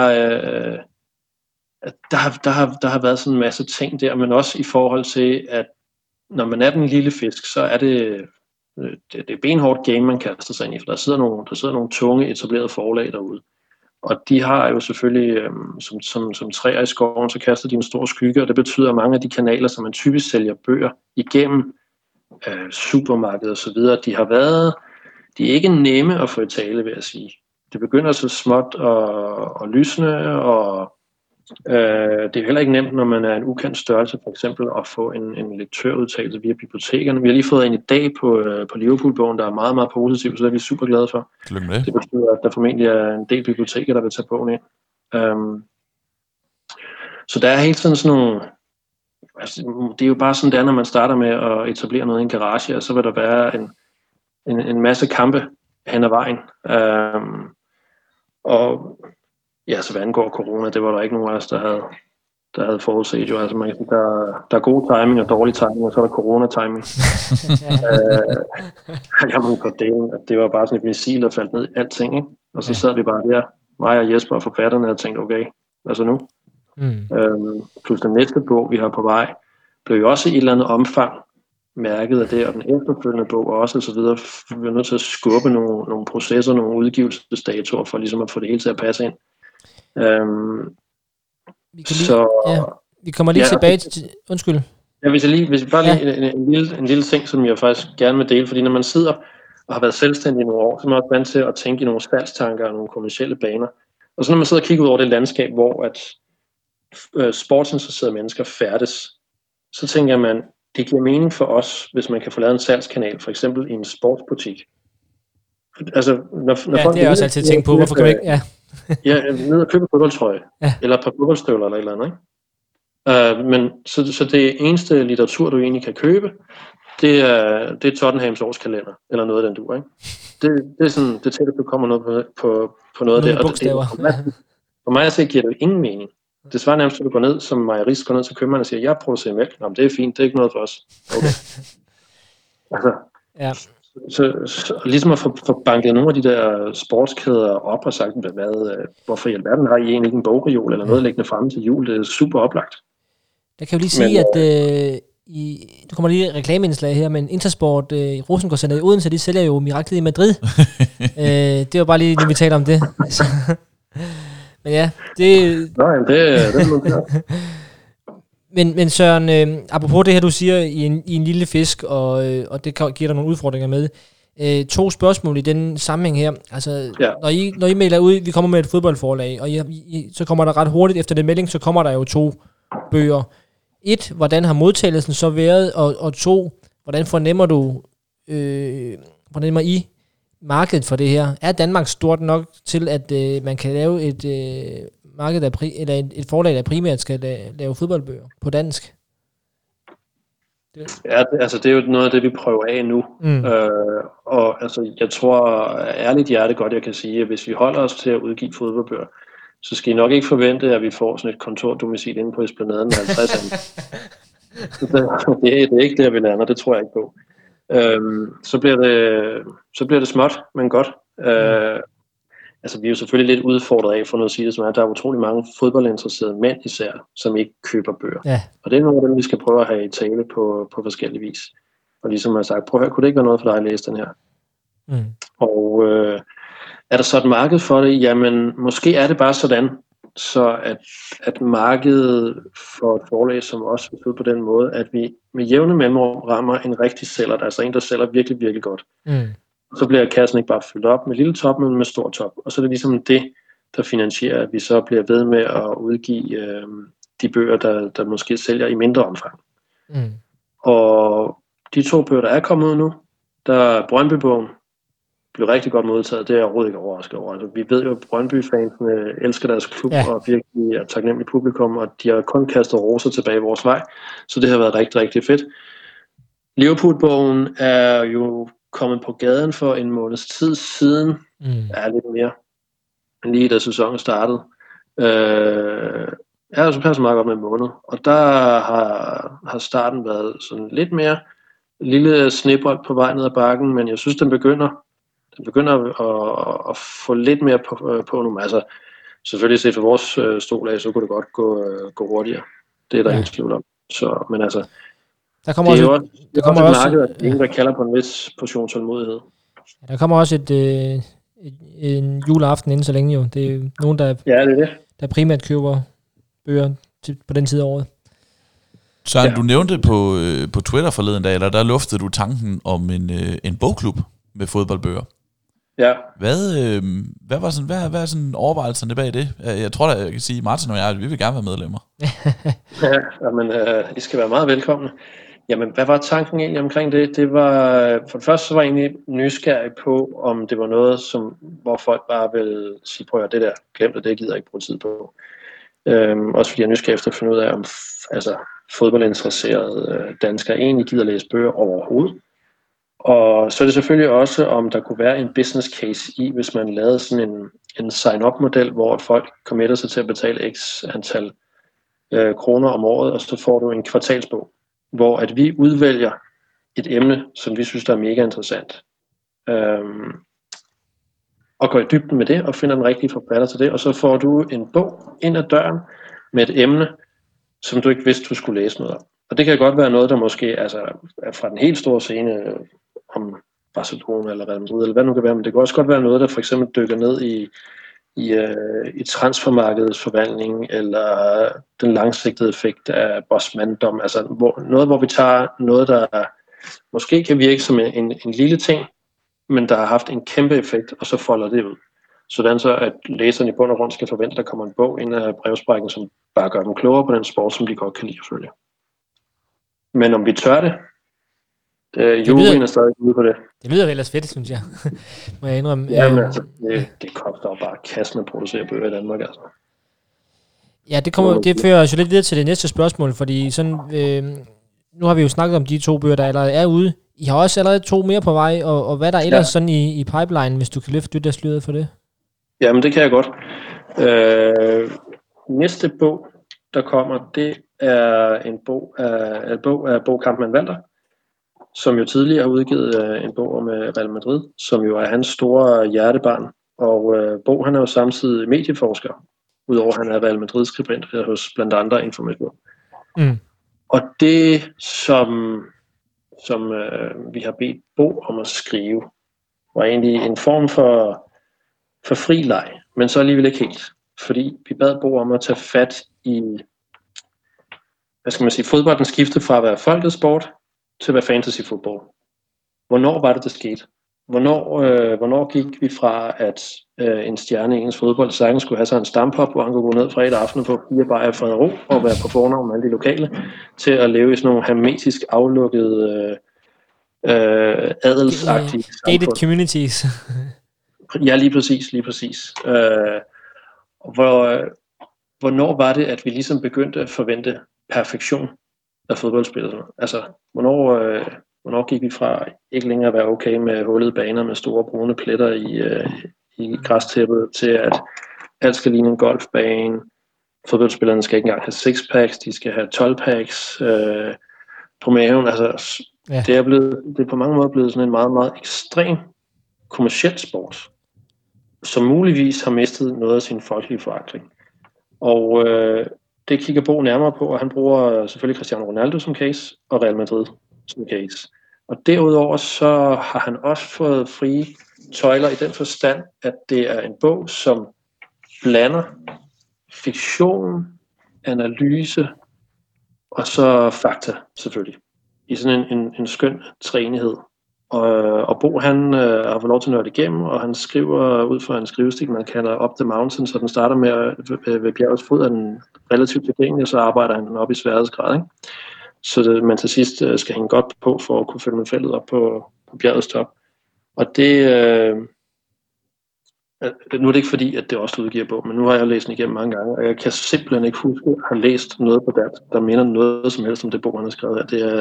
der har været sådan en masse ting der, men også i forhold til, at når man er den lille fisk, så er det benhårdt game, man kaster sig ind i, for der sidder nogle tunge etablerede forlag derude. Og de har jo selvfølgelig, som træer i skoven, så kaster de en stor skygge, og det betyder, at mange af de kanaler, som man typisk sælger bøger igennem supermarkeder og så videre, de er ikke nemme at få i tale, vil jeg sige. Det begynder så småt at lysne, og det er heller ikke nemt, når man er en ukendt størrelse, for eksempel at få en lektørudtalelse via bibliotekerne. Vi har lige fået en i dag på Liverpool-bogen, der er meget, meget positiv, så det er vi super glade for. Det betyder, at der formentlig er en del biblioteker, der vil tage bogen ind. Så der er hele tiden sådan nogle... Altså, det er jo bare sådan, der, når man starter med at etablere noget i en garage, og så vil der være en masse kampe hen ad vejen. Og ja, så hvad angår corona, det var der ikke nogen af os, der havde forudset. Jo. Altså, man kan sige, der er god timing og dårlig timing, og så er der corona-timing. Jeg må godt dele, at det var bare sådan et missil, der faldt ned i alting. Ikke? Og så sad vi bare der, mig og Jesper og forfatterne, og tænkte, okay, hvad så nu? Plus den næste bog, vi har på vej, blev jo også i et eller andet omfang mærket af det, og den efterfølgende bog også, og så videre, vi er nødt til at skubbe nogle processer, nogle udgivelsesdatoer, for ligesom at få det hele til at passe ind. Vi kommer lige tilbage til... Undskyld. Ja, hvis bare lige en lille ting, som jeg faktisk gerne vil dele, fordi når man sidder og har været selvstændig i nogle år, så er man også vant til at tænke i nogle salgstanker og nogle kommercielle baner. Og så når man sidder og kigger ud over det landskab, hvor at sportsinteresserede mennesker færdes, så tænker man, det giver mening for os, hvis man kan få lavet en salgskanal, for eksempel i en sportsbutik. Altså, når folk det er også altid tænkt på, hvorfor kan vi ikke... Ja, ned og købe en fodboldtrøje, eller et par fodboldstøvler eller et eller andet, ikke? Men så det eneste litteratur, du egentlig kan købe, det er Tottenhams årskalender, eller noget af den du, ikke? Det er sådan, det tæller, at du kommer noget på noget af det. Bogstaver. For mig at se, giver det ingen mening. Det svarer nærmest, at du går ned som mejerist, går ned til købmanden og siger, jeg producerer mælk. Nå, men det er fint, det er ikke noget for os. Okay. Altså, ja. Så ligesom at få banket nogle af de der sportskæder op og sagt, hvorfor i alverden har I egentlig ikke en bogreol eller noget liggende fremme til jul? Det er super oplagt. Jeg kan jo lige sige, at du kommer lige et reklameindslag her, men Intersport i Rosengårdscenteret i Odense, de sælger jo Miraklet i Madrid. Det var bare lige, når vi taler om det. Men ja, det... Nå, det er Men Søren, apropos det her, du siger i en lille fisk, og det giver dig nogle udfordringer med. 2 spørgsmål i den sammenhæng her. Altså, ja. Når I melder ud, vi kommer med et fodboldforlag, og så kommer der ret hurtigt efter den melding, så kommer der jo 2 bøger. 1, hvordan har modtagelsen så været, og 2, hvordan fornemmer I markedet for det her? Er Danmark stort nok til, at man kan lave et marked eller et forlag, der primært skal lave fodboldbøger på dansk? Ja, det er jo noget af det, vi prøver af nu. Og altså, jeg tror ærligt hjerte godt, jeg kan sige, at hvis vi holder os til at udgive fodboldbøger, så skal I nok ikke forvente, at vi får sådan et kontordomicil inde på Esplanaden med 50 andre. Det er ikke der, vi lander, det tror jeg ikke på. Så bliver det småt, men godt. Altså, vi er jo selvfølgelig lidt udfordret af, for noget at sige det som er, at der er utrolig mange fodboldinteresserede mænd især, som ikke køber bøger. Ja. Og det er nogle af dem, vi skal prøve at have i tale på forskellige vis. Og ligesom jeg har sagt, prøv at høre, kunne det ikke være noget for dig at læse den her? Og er der så et marked for det? Jamen, måske er det bare sådan, så at markedet for et forlag som os vil på den måde, at vi med jævne mellemrum rammer en rigtig sælger, altså en, der sælger virkelig, virkelig godt. Så bliver kassen ikke bare fyldt op med lille top, men med stor top. Og så er det ligesom det, der finansierer, at vi så bliver ved med at udgive de bøger, der måske sælger i mindre omfang. Og de 2 bøger, der er kommet ud nu, der er Brøndby-bogen, blev rigtig godt modtaget. Det er jeg overhovedet ikke overrasket over. Altså, vi ved jo, at Brøndby-fansene elsker deres klub og virkelig er taknemmelige publikum, og de har kun kastet roser tilbage i vores vej. Så det har været rigtig, rigtig fedt. Liverpool-bogen er jo kommet på gaden for en måneds tid siden, lidt mere, lige da sæsonen startede. Jeg har så passet meget godt med en måned, og der har starten været sådan lidt mere lille snebold på vej ned ad bakken, men jeg synes, den begynder at få lidt mere på nu. Altså, selvfølgelig set fra vores stol af, så kunne det godt gå hurtigere. Det er der ingen tvivl om. Så, men altså, der kommer det er også, jo også et marked, at ingen, der kalder på en vis portion tålmodighed. Der kommer også en juleaften inden så længe jo. Det er jo nogen, der primært køber bøger på den tid af året. Søren, du nævnte på Twitter forleden dag, eller der luftede du tanken om en bogklub med fodboldbøger. Ja. Hvad er sådan overvejelserne bag det? Jeg tror da, jeg kan sige, Martin og jeg, vi vil gerne være medlemmer. Jamen, I skal være meget velkomne. Jamen, hvad var tanken egentlig omkring det? Det var, for det første så var jeg egentlig nysgerrig på, om det var noget, hvor folk bare ville sige, prøv at det der, glem det gider jeg ikke bruge tid på. Også fordi jeg er nysgerrig efter at finde ud af, om fodboldinteresserede danskere egentlig gider læse bøger overhovedet. Og så er det selvfølgelig også, om der kunne være en business case i, hvis man lavede sådan en sign-up-model, hvor folk committer sig til at betale x antal kroner om året, og så får du en kvartalsbog, hvor at vi udvælger et emne, som vi synes, der er mega interessant. Og går i dybden med det, og finder den rigtige forfatter til det, og så får du en bog ind ad døren med et emne, som du ikke vidste, du skulle læse noget om. Og det kan godt være noget, der måske er fra den helt store scene om Barcelona eller Real Madrid, eller hvad nu kan være, men det kan også godt være noget, der for eksempel dykker ned i transfermarkedets forvandling, eller den langsigtede effekt af bossmanddom, altså noget, hvor vi tager noget, der måske kan virke som en lille ting, men der har haft en kæmpe effekt, og så folder det ud. Sådan så, at læserne i bund og grund skal forvente, at der kommer en bog ind af brevsprækken, som bare gør dem klogere på den sport, som de godt kan lide at følge. Men om vi tør det, juryen er stadig ude på det. Det lyder ellers fedt, synes jeg. Må jeg indrømme. Jamen altså, det koster jo bare kassen at producere bøger i Danmark, altså. Ja, det fører os jo lidt videre til det næste spørgsmål, fordi sådan, nu har vi jo snakket om de 2 bøger, der allerede er ude. I har også allerede 2 mere på vej, og hvad der ellers sådan i pipeline, hvis du kan løfte det sløret for det? Jamen, det kan jeg godt. Næste bog, der kommer, det er en bog af Bo Kampmann-Walter, som jo tidligere har udgivet en bog om Real Madrid, som jo er hans store hjertebarn. Og Bo, han er jo samtidig medieforsker, udover at han er Real Madrid-skribent hos blandt andre Information. Og det, som vi har bedt Bo om at skrive, var egentlig en form for fri leg, men så alligevel ikke helt. Fordi vi bad Bo om at tage fat i, fodbolden skiftede fra at være folkets sport til at være fantasy football. Hvornår var det skete? Hvornår gik vi fra, at en stjerne i engelsk fodbold sagtens skulle have sig en stampop, hvor han kunne gå ned fredag aften på 4 bajer fred og ro og være på fornavn med alle de lokale, til at leve i sådan nogle hermetisk aflukkede adelsagtige gated communities. Ja, lige præcis. Hvornår var det, at vi ligesom begyndte at forvente perfektion af fodboldspillere? Altså, hvornår gik vi fra ikke længere at være okay med hullede baner med store brune pletter i græstæppet, til at alt skal ligne en golfbane. Fodboldspillerne skal ikke engang have sixpacks, de skal have 12-packs på maven. Altså, ja. Det er på mange måder blevet sådan en meget, meget ekstrem kommerciel sport, som muligvis har mistet noget af sin folkelige forankring. Og det kigger Bo nærmere på, og han bruger selvfølgelig Cristiano Ronaldo som case, og Real Madrid som case. Og derudover så har han også fået frie tøjler i den forstand, at det er en bog, som blander fiktion, analyse og så fakta selvfølgelig. I sådan en skøn træenighed. Og Bo han har fået lov til at nørde igennem, og han skriver ud fra en skrivestil, man kalder Up the Mountain, så den starter med ved bjergets fod, er den relativt tilgængelig, og så arbejder han op i sværhedsgrad, ikke? Så man til sidst skal hænge godt på, for at kunne følge med feltet op på bjergets top. Og det, nu er det ikke fordi, at det også udgiver bog, men nu har jeg læst den igennem mange gange, og jeg kan simpelthen ikke huske, at jeg har læst noget på dansk, der minder noget som helst om det bog, han har skrevet her. Det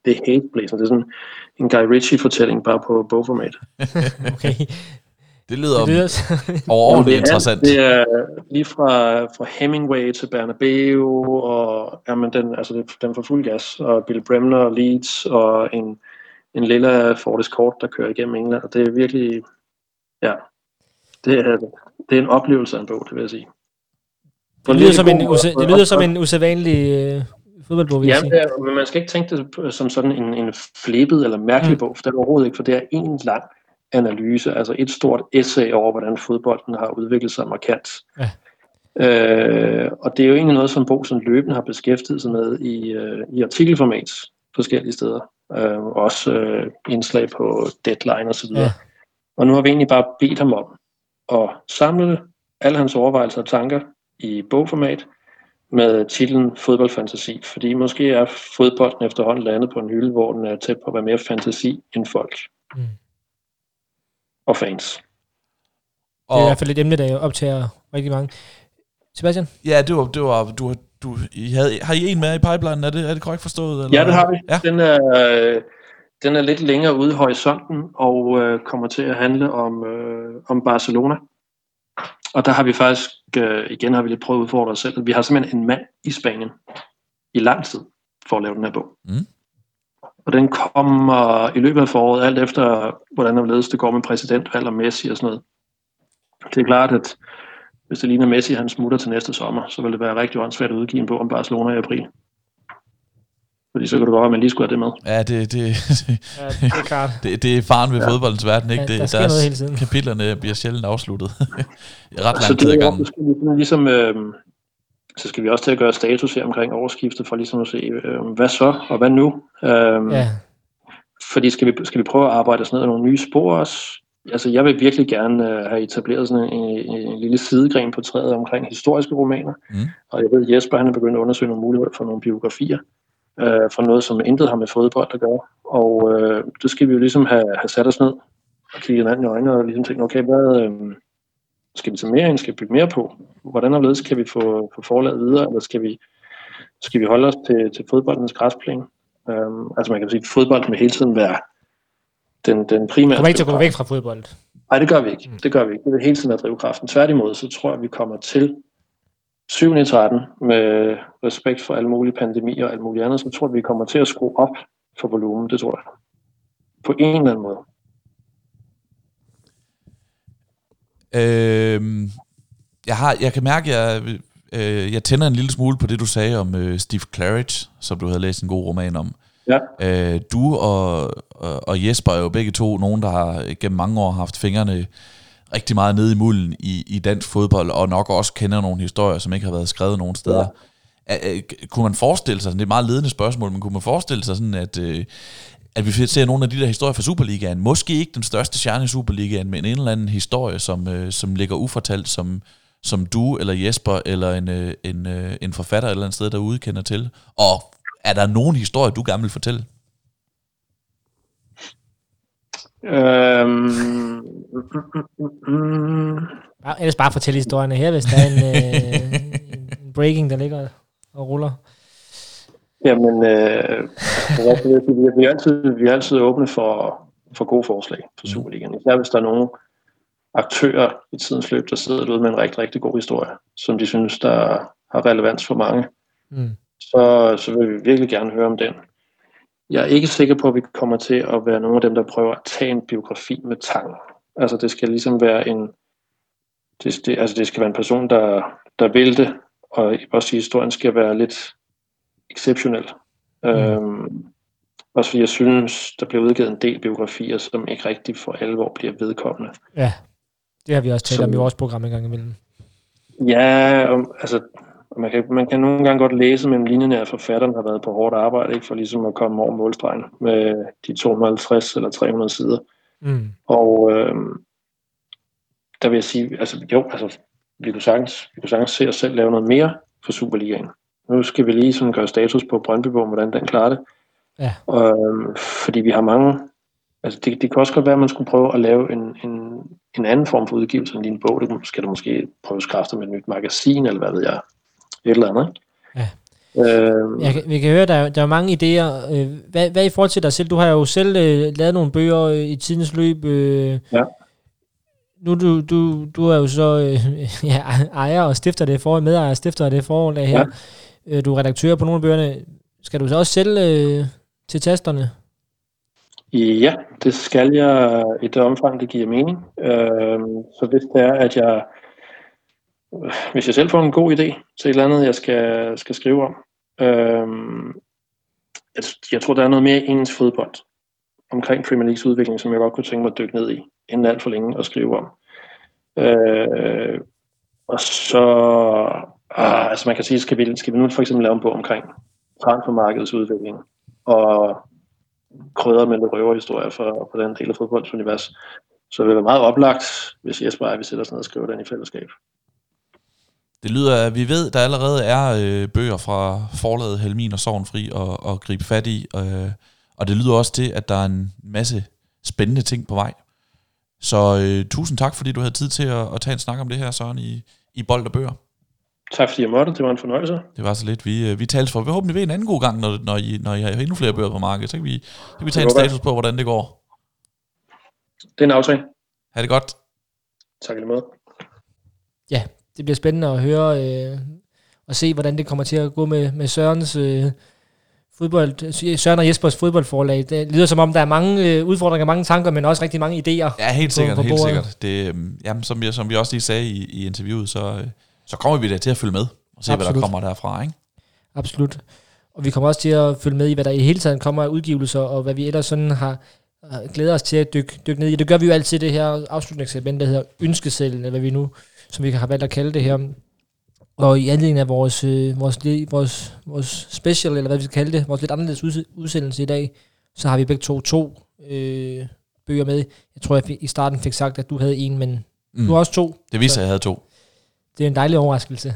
det er Hateblazer. Det er sådan en Guy Ritchie-fortælling, bare på bogformat. Okay. Det lyder overordentligt interessant. Det er lige fra Hemingway til Bernabeu, og jamen, den får fuld gas, og Bill Bremner, Leeds, og en lille Ford Escort, der kører igennem England, og det er virkelig, ja, det er en oplevelse af en bog, det vil jeg sige. Det lyder som en usædvanlig fodboldbog, vil jeg sige. Ja, men man skal ikke tænke det som sådan en flippet eller mærkelig bog, for det er overhovedet ikke, for det er en lang analyse, altså et stort essay over, hvordan fodbolden har udviklet sig markant. Ja. Og det er jo egentlig noget, som Bo sådan løbende har beskæftiget sig med i artikelformat forskellige steder. Også indslag på Deadline osv. Ja. Og nu har vi egentlig bare bedt ham om at samle alle hans overvejelser og tanker i bogformat med titlen Fodboldfantasi, fordi måske er fodbolden efterhånden landet på en hylde, hvor den er tæt på at være mere fantasi end folk. Og fans. Det er i hvert fald et emne, der optager rigtig mange. Sebastian? Ja, det var har I en med i pipeline? Er det korrekt forstået? Eller? Ja, det har vi. Ja. Den er lidt længere ude i horisonten og kommer til at handle om Barcelona. Og der har vi faktisk, igen har vi lidt prøvet at udfordre os selv. Vi har simpelthen en mand i Spanien i lang tid for at lave den her bog. Og den kommer i løbet af foråret, alt efter hvordan det går med præsidentvalg og Messi og sådan noget. Det er klart, at hvis det ligner Messi, han smutter til næste sommer, så vil det være rigtig åndssvagt at udgive en bog om Barcelona i april. Fordi så kan det godt være, at man lige skulle have det med. Ja, det er klart. Det er faren ved fodboldens verden, ikke? Ja, der sker noget hele tiden. Kapitlerne bliver sjældent afsluttet. Ret lang tid ad gangen. Så skal vi også til at gøre status her omkring årsskiftet, for ligesom at se, hvad så, og hvad nu? Fordi skal vi prøve at arbejde os ned af nogle nye spor også? Altså, jeg vil virkelig gerne have etableret sådan en lille sidegren på træet omkring historiske romaner. Og jeg ved, Jesper han er begyndt at undersøge nogle muligheder for nogle biografier, for noget, som intet har med fodbold at gøre. Og det skal vi jo ligesom have sat os ned og kigget hinanden i øjnene og ligesom tænkt, okay, hvad skal vi tage mere ind? Skal vi bygge mere på? Hvordan og hvorledes kan vi få forlaget videre? Eller skal vi holde os til fodboldens græsplæne? Altså man kan sige, at fodbolden vil hele tiden være den primære... Kommer ikke til at gå væk fra fodbold? Nej, det gør vi ikke. Det vil hele tiden være drivkraften. Tværtimod, så tror jeg, vi kommer til 7.13 med respekt for alle mulige pandemier og alt muligt andet, så tror jeg, vi kommer til at skrue op for volumen. Det tror jeg. På en eller anden måde. Jeg kan mærke, at jeg tænder en lille smule på det, du sagde om Steve Claridge, som du havde læst en god roman om. Ja. Du og Jesper er jo begge to nogen, der har gennem mange år haft fingrene rigtig meget nede i mulden i dansk fodbold, og nok også kender nogle historier, som ikke har været skrevet nogen steder. Ja. Kunne man forestille sig, det er et meget ledende spørgsmål, men kunne man forestille sig sådan, at vi ser nogle af de der historier fra Superligaen, måske ikke den største stjerne i Superligaen, men en eller anden historie, som ligger ufortalt, som du eller Jesper eller en forfatter et eller andet sted derude kender til? Og er der nogen historie, du gerne vil fortælle? Ellers bare fortælle historierne her, hvis der er en breaking, der ligger og ruller. Jamen, vi er altid åbne for gode forslag for Superligaen. Især hvis der er nogle aktører i tidens løb, der sidder ude med en rigtig, rigtig god historie, som de synes, der har relevans for mange. Så vil vi virkelig gerne høre om den. Jeg er ikke sikker på, at vi kommer til at være nogle af dem, der prøver at tage en biografi med tang. Altså det skal ligesom være det skal være en person, der vil det, og også historien skal være lidt exceptionel. Også fordi jeg synes, der bliver udgivet en del biografier, som ikke rigtig for alvor bliver vedkommende. Ja, det har vi også talt om i vores program en gang imellem. Ja, altså man kan nogle gange godt læse mellem linjerne, at forfatteren har været på hårdt arbejde, ikke for ligesom at komme over målstregen med de 250 eller 300 sider. Og der vil jeg sige, vi kunne sagtens se os selv lave noget mere for Superligaen. Nu skal vi lige sådan gøre status på Brøndby-bogen, hvordan den klarer det. Ja. Fordi vi har mange... Altså det kan også godt være, at man skulle prøve at lave en anden form for udgivelse end din bog. Det skal du måske prøve at skaffe med et nyt magasin, eller hvad ved jeg. Et eller andet, ikke? Vi kan høre, der er mange idéer. Hvad i forhold til dig selv? Du har jo selv lavet nogle bøger i tidens løb. Ja. Nu du er jo så ejer og stifter det forhold, medejer og stifter det forhold her. Ja. Du er redaktør på nogle af bøgerne. Skal du så også selv til tasterne? Ja, det skal jeg i det omfang, det giver mening. Så hvis det er, at hvis jeg selv får en god idé til et eller andet, jeg skal skrive om, jeg tror, der er noget mere ens fodbold omkring Premier Leagues udvikling, som jeg godt kunne tænke mig at dykke ned i, inden alt for længe at skrive om. Og så, altså man kan sige, skal vi nu for eksempel lave en bog omkring transfermarkedets udvikling, og krydder med lidt røverhistorier for den del af fodboldsunivers, så vil det være meget oplagt, hvis Jesper og jeg vil sætte os ned og skrive den i fællesskab. Det lyder, at vi ved, der allerede er bøger fra forlaget Helmin og Sorgenfri og gribe fat i, og det lyder også til, at der er en masse spændende ting på vej. Så tusind tak, fordi du havde tid til at tage en snak om det her, Søren, i Bold og Bøger. Tak fordi jeg måtte, det var en fornøjelse. Det var så lidt. Vi tales for. Vi håber, vi en anden god gang, når I har endnu flere bøger på markedet. Så kan vi tage en status på, hvordan det går. Det er en aftale. Ha' det godt. Tak i lige måde. Ja, det bliver spændende at høre og se, hvordan det kommer til at gå med Sørens Søren og Jespers fodboldforlag. Det lyder som om, der er mange udfordringer, mange tanker, men også rigtig mange idéer. Ja, helt sikkert. Helt sikkert. Det, jamen, som vi også lige sagde i interviewet, så kommer vi da til at følge med og se, Absolut. Hvad der kommer derfra, ikke? Absolut. Og vi kommer også til at følge med i, hvad der i hele tiden kommer af udgivelser, og hvad vi ellers sådan har glædet os til at dykke ned i. Det gør vi jo altid det her afslutningssegment, der hedder Ønskesedlen, eller hvad vi nu, som vi har valgt at kalde det her. Og i anledning af vores special, eller hvad vi skal kalde det, vores lidt anderledes udsendelse i dag, så har vi begge to bøger med. Jeg tror, jeg i starten fik sagt, at du havde en, men du har også 2. Det viser, at jeg havde 2. Det er en dejlig overraskelse.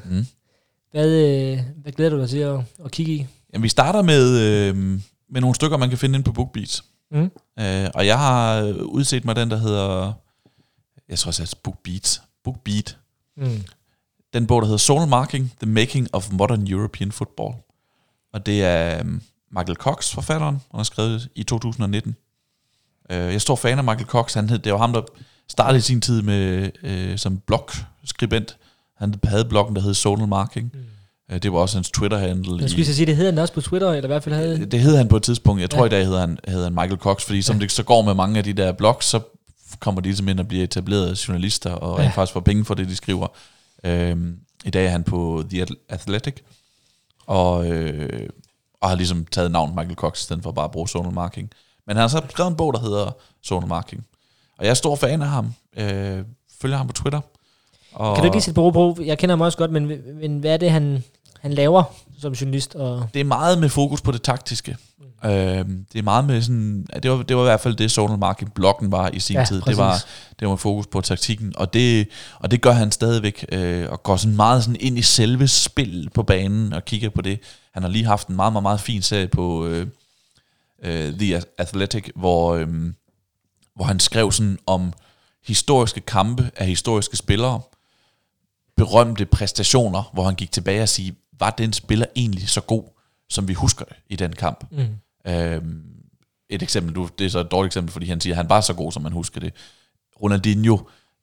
Hvad glæder du dig til at kigge i? Jamen, vi starter med nogle stykker, man kan finde inde på BookBeat. Og jeg har udset mig den, der hedder, jeg tror også, BookBeat. Den bog, der hedder Zonal Marking, The Making of Modern European Football. Og det er Michael Cox, forfatteren, og han har skrevet i 2019. Jeg er stor fan af Michael Cox. Det var ham, der startede i sin tid med som blogskribent. Han havde bloggen, der hed Zonal Marking. Det var også hans Twitter-handle. Jeg skulle sige, det hedder han også på Twitter, eller i hvert fald havde... Det hed han på et tidspunkt. Jeg tror i dag hedder han Michael Cox, fordi som det så går med mange af de der blogs, så kommer de simpelthen at blive etableret journalister, og rent faktisk får penge for det, de skriver. I dag er han på The Athletic, og har ligesom taget navn Michael Cox, i stedet for bare at bruge Zonal Marking. Men han har så skrevet en bog, der hedder Zonal Marking. Og jeg er stor fan af ham. Følger ham på Twitter. Og kan du ikke lige sætte på? Jeg kender ham også godt, men hvad er det, han laver som journalist? Og det er meget med fokus på det taktiske. Det er meget med sådan, det var i hvert fald det Zonal Marking bloggen var i sin tid. Det var fokus på taktikken, og det gør han stadigvæk, og går sådan meget sådan ind i selve spil på banen og kigger på det. Han har lige haft en meget, meget, meget fin serie på The Athletic, hvor han skrev sådan om historiske kampe af historiske spillere, berømte præstationer, hvor han gik tilbage og sige, var den spiller egentlig så god, som vi husker det i den kamp? Et eksempel, det er så et dårligt eksempel, fordi han siger, at han var så god, som man husker det. Ronaldinho,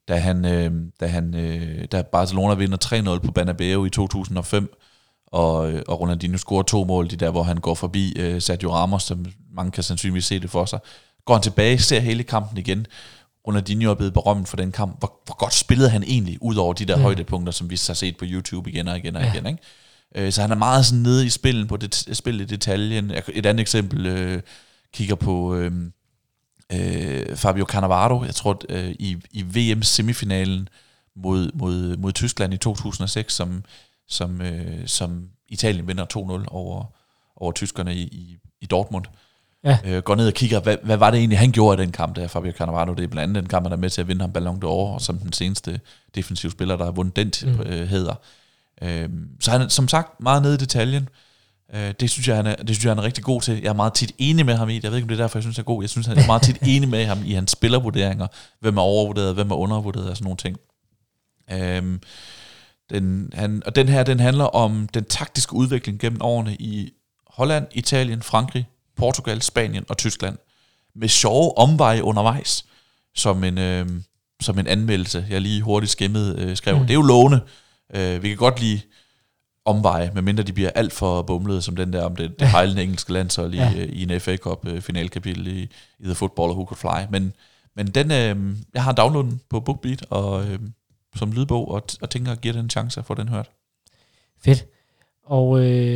da Barcelona vinder 3-0 på Bernabeu i 2005, og Ronaldinho scorer 2 mål, de der, hvor han går forbi Sergio Ramos, som mange kan sandsynligvis se det for sig. Går han tilbage, ser hele kampen igen. Ronaldinho er blevet berømt for den kamp. Hvor godt spillede han egentlig, ud over de der højdepunkter, som vi har set på YouTube igen og igen og igen, ikke? Så han er meget sådan nede i spillet, på spil i detaljen. Et andet eksempel, kigger på Fabio Cannavaro, jeg tror i VM semifinalen mod Tyskland i 2006, som Italien vinder 2-0 over tyskerne i Dortmund. Går ned og kigger, hvad var det egentlig, han gjorde i den kamp der, Fabio Cannavaro. Det er blandt andet den kamp, der er med til at vinde ham Ballon d'Or, og som den seneste defensive spiller, der har vundet den hedder. Så han er som sagt meget nede i detaljen. Det synes jeg, han er rigtig god til. Jeg er meget tit enig med ham i. Jeg ved ikke, om det er derfor, jeg synes, han er god. Jeg synes, han er meget tit enig med ham i hans spillervurderinger. Hvem er overvurderet, hvem er undervurderet og sådan nogle ting. Den handler om den taktiske udvikling gennem årene i Holland, Italien, Frankrig, Portugal, Spanien og Tyskland, med sjove omveje undervejs, som en anmeldelse, jeg lige hurtigt skrev. Det er jo lovende. Vi kan godt lide omveje, medmindre de bliver alt for bumlede, som den der om det hejlende engelske landshold i en FA Cup finalkapitel i The Footballer Who Could Fly. Men den, jeg har downloadet den på BookBeat og som lydbog, og tænker at give den en chance at få den hørt. Fedt. Og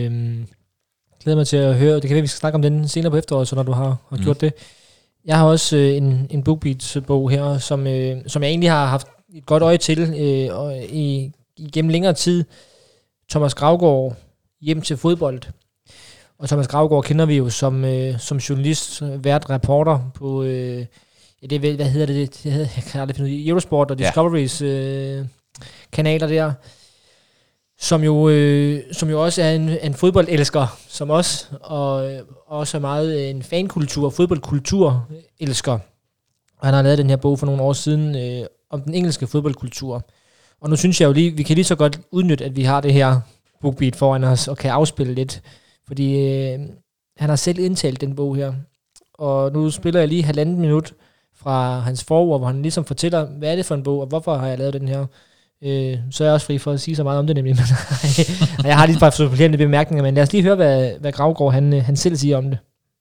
glæder mig til at høre. Det kan være, vi skal snakke om den senere på efteråret, så når du har gjort det. Jeg har også en BookBeat-bog her, som jeg egentlig har haft et godt øje til igennem længere tid. Thomas Gravgaard, Hjem til fodbold. Og Thomas Gravgaard kender vi jo som journalist, vært reporter på, hvad hedder det? Jeg kan aldrig finde ud af, Eurosport og Discoverys kanaler der. Som jo også er en fodboldelsker, som os, og også er meget en fankultur, fodboldkultur elsker. Og han har lavet den her bog for nogle år siden om den engelske fodboldkultur. Og nu synes jeg jo lige, vi kan lige så godt udnytte, at vi har det her BookBeat foran os, og kan afspille lidt. Fordi han har selv indtalt den bog her. Og nu spiller jeg lige 1,5 minut fra hans forord, hvor han ligesom fortæller, hvad er det for en bog, og hvorfor har jeg lavet den her. Så er jeg også fri for at sige så meget om det nemlig. Jeg har lige bare supplerende bemærkninger, men lad os lige høre, hvad Gravgaard han selv siger om det.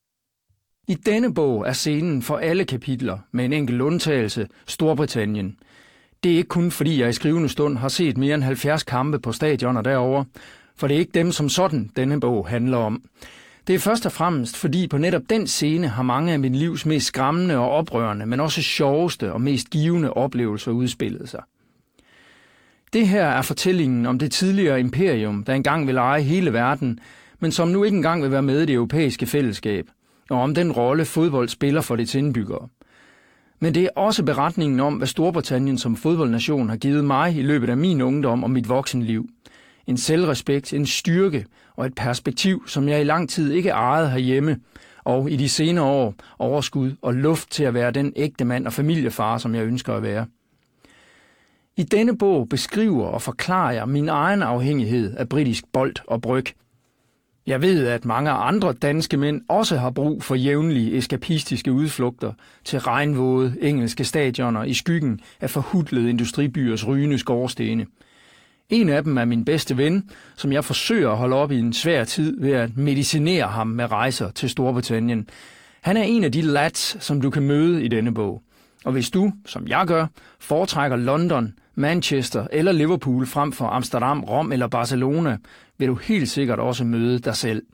I denne bog er scenen for alle kapitler, med en enkelt undtagelse, Storbritannien. Det er ikke kun fordi, jeg i skrivende stund har set mere end 70 kampe på stadioner derovre, for det er ikke dem som sådan, denne bog handler om. Det er først og fremmest, fordi på netop den scene har mange af mit livs mest skræmmende og oprørende, men også sjoveste og mest givende oplevelser udspillet sig. Det her er fortællingen om det tidligere imperium, der engang vil eje hele verden, men som nu ikke engang vil være med i det europæiske fællesskab, og om den rolle fodbold spiller for dets indbyggere. Men det er også beretningen om, hvad Storbritannien som fodboldnation har givet mig i løbet af min ungdom og mit voksenliv. En selvrespekt, en styrke og et perspektiv, som jeg i lang tid ikke ejede herhjemme, og i de senere år overskud og luft til at være den ægte mand og familiefar, som jeg ønsker at være. I denne bog beskriver og forklarer jeg min egen afhængighed af britisk bold og bryg. Jeg ved, at mange andre danske mænd også har brug for jævnlige eskapistiske udflugter til regnvåde engelske stadioner i skyggen af forhudlede industribyers rygende skorstene. En af dem er min bedste ven, som jeg forsøger at holde op i en svær tid ved at medicinere ham med rejser til Storbritannien. Han er en af de lads, som du kan møde i denne bog. Og hvis du, som jeg gør, foretrækker London, Manchester eller Liverpool frem for Amsterdam, Rom eller Barcelona, vil du helt sikkert også møde dig selv.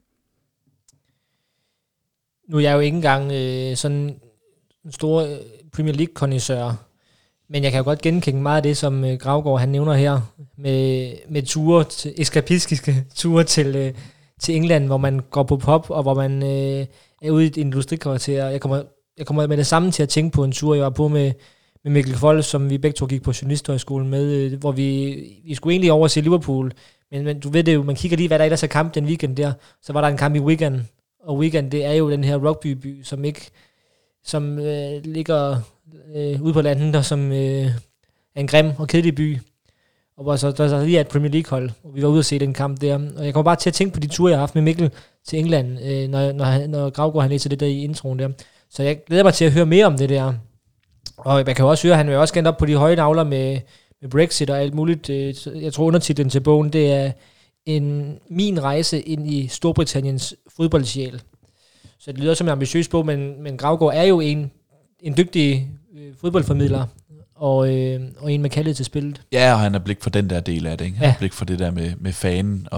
Nu er jeg jo ikke engang sådan en stor Premier League-kondisseur, men jeg kan jo godt genkende meget af det, som Gravgaard han nævner her, med ture, eskapistiske ture til England, hvor man går på pub, og hvor man er ude i et industrikvarter. Jeg kommer med det samme til at tænke på en tur, jeg var på med Mikkel Fold, som vi begge to gik på journalisthøjskolen med, hvor vi skulle egentlig over se Liverpool, men du ved det jo, man kigger lige, hvad der ellers er kamp den weekend der, så var der en kamp i Wigan, og Wigan, det er jo den her rugbyby, som ligger ude på landet, og som er en grim og kedelig by, og hvor der lige er et Premier League-hold, og vi var ude at se den kamp der, og jeg kommer bare til at tænke på de ture, jeg har haft med Mikkel til England, når Gravgaard han læser det der i introen der, så jeg glæder mig til at høre mere om det der. Og man kan jo også høre, at han vil også gerne op på de høje navler med Brexit og alt muligt. Jeg tror undertitlen til bogen, det er min rejse ind i Storbritanniens fodboldsjæl. Så det lyder som en ambitiøs bog, men Gravgaard er jo en dygtig fodboldformidler, og en med kaldet til spillet. Ja, og han har blik for den der del af det, ikke? Han har blik for det der med fanen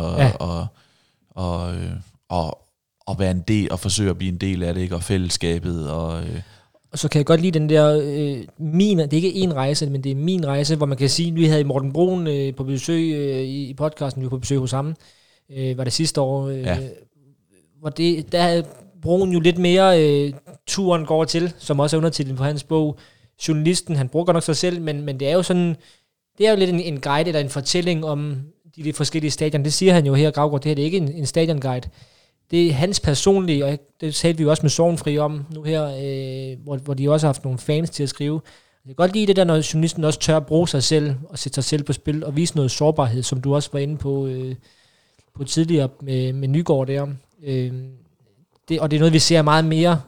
og være en del, og forsøge at blive en del af det, ikke? Og fællesskabet, Og så kan jeg godt lide den der, det er ikke en rejse, men det er min rejse, hvor man kan sige, at vi havde Morten Brun på besøg i podcasten, vi var på besøg hos ham, var det sidste år, hvor der havde Brun jo lidt mere turen går til, som også er undertitlen på hans bog. Journalisten, han bruger nok sig selv, men det er jo sådan, det er jo lidt en guide eller en fortælling om de forskellige stadion. Det siger han jo her, Gravgaard, det her det er ikke en stadionguide. Det er hans personlige, og det talte vi jo også med Sorgenfri om nu her, hvor de også har haft nogle fans til at skrive. Jeg kan godt lide det der, når journalisten også tør at bruge sig selv, og sætte sig selv på spil, og vise noget sårbarhed, som du også var inde på tidligere med Nygaard der. Og det er noget, vi ser meget mere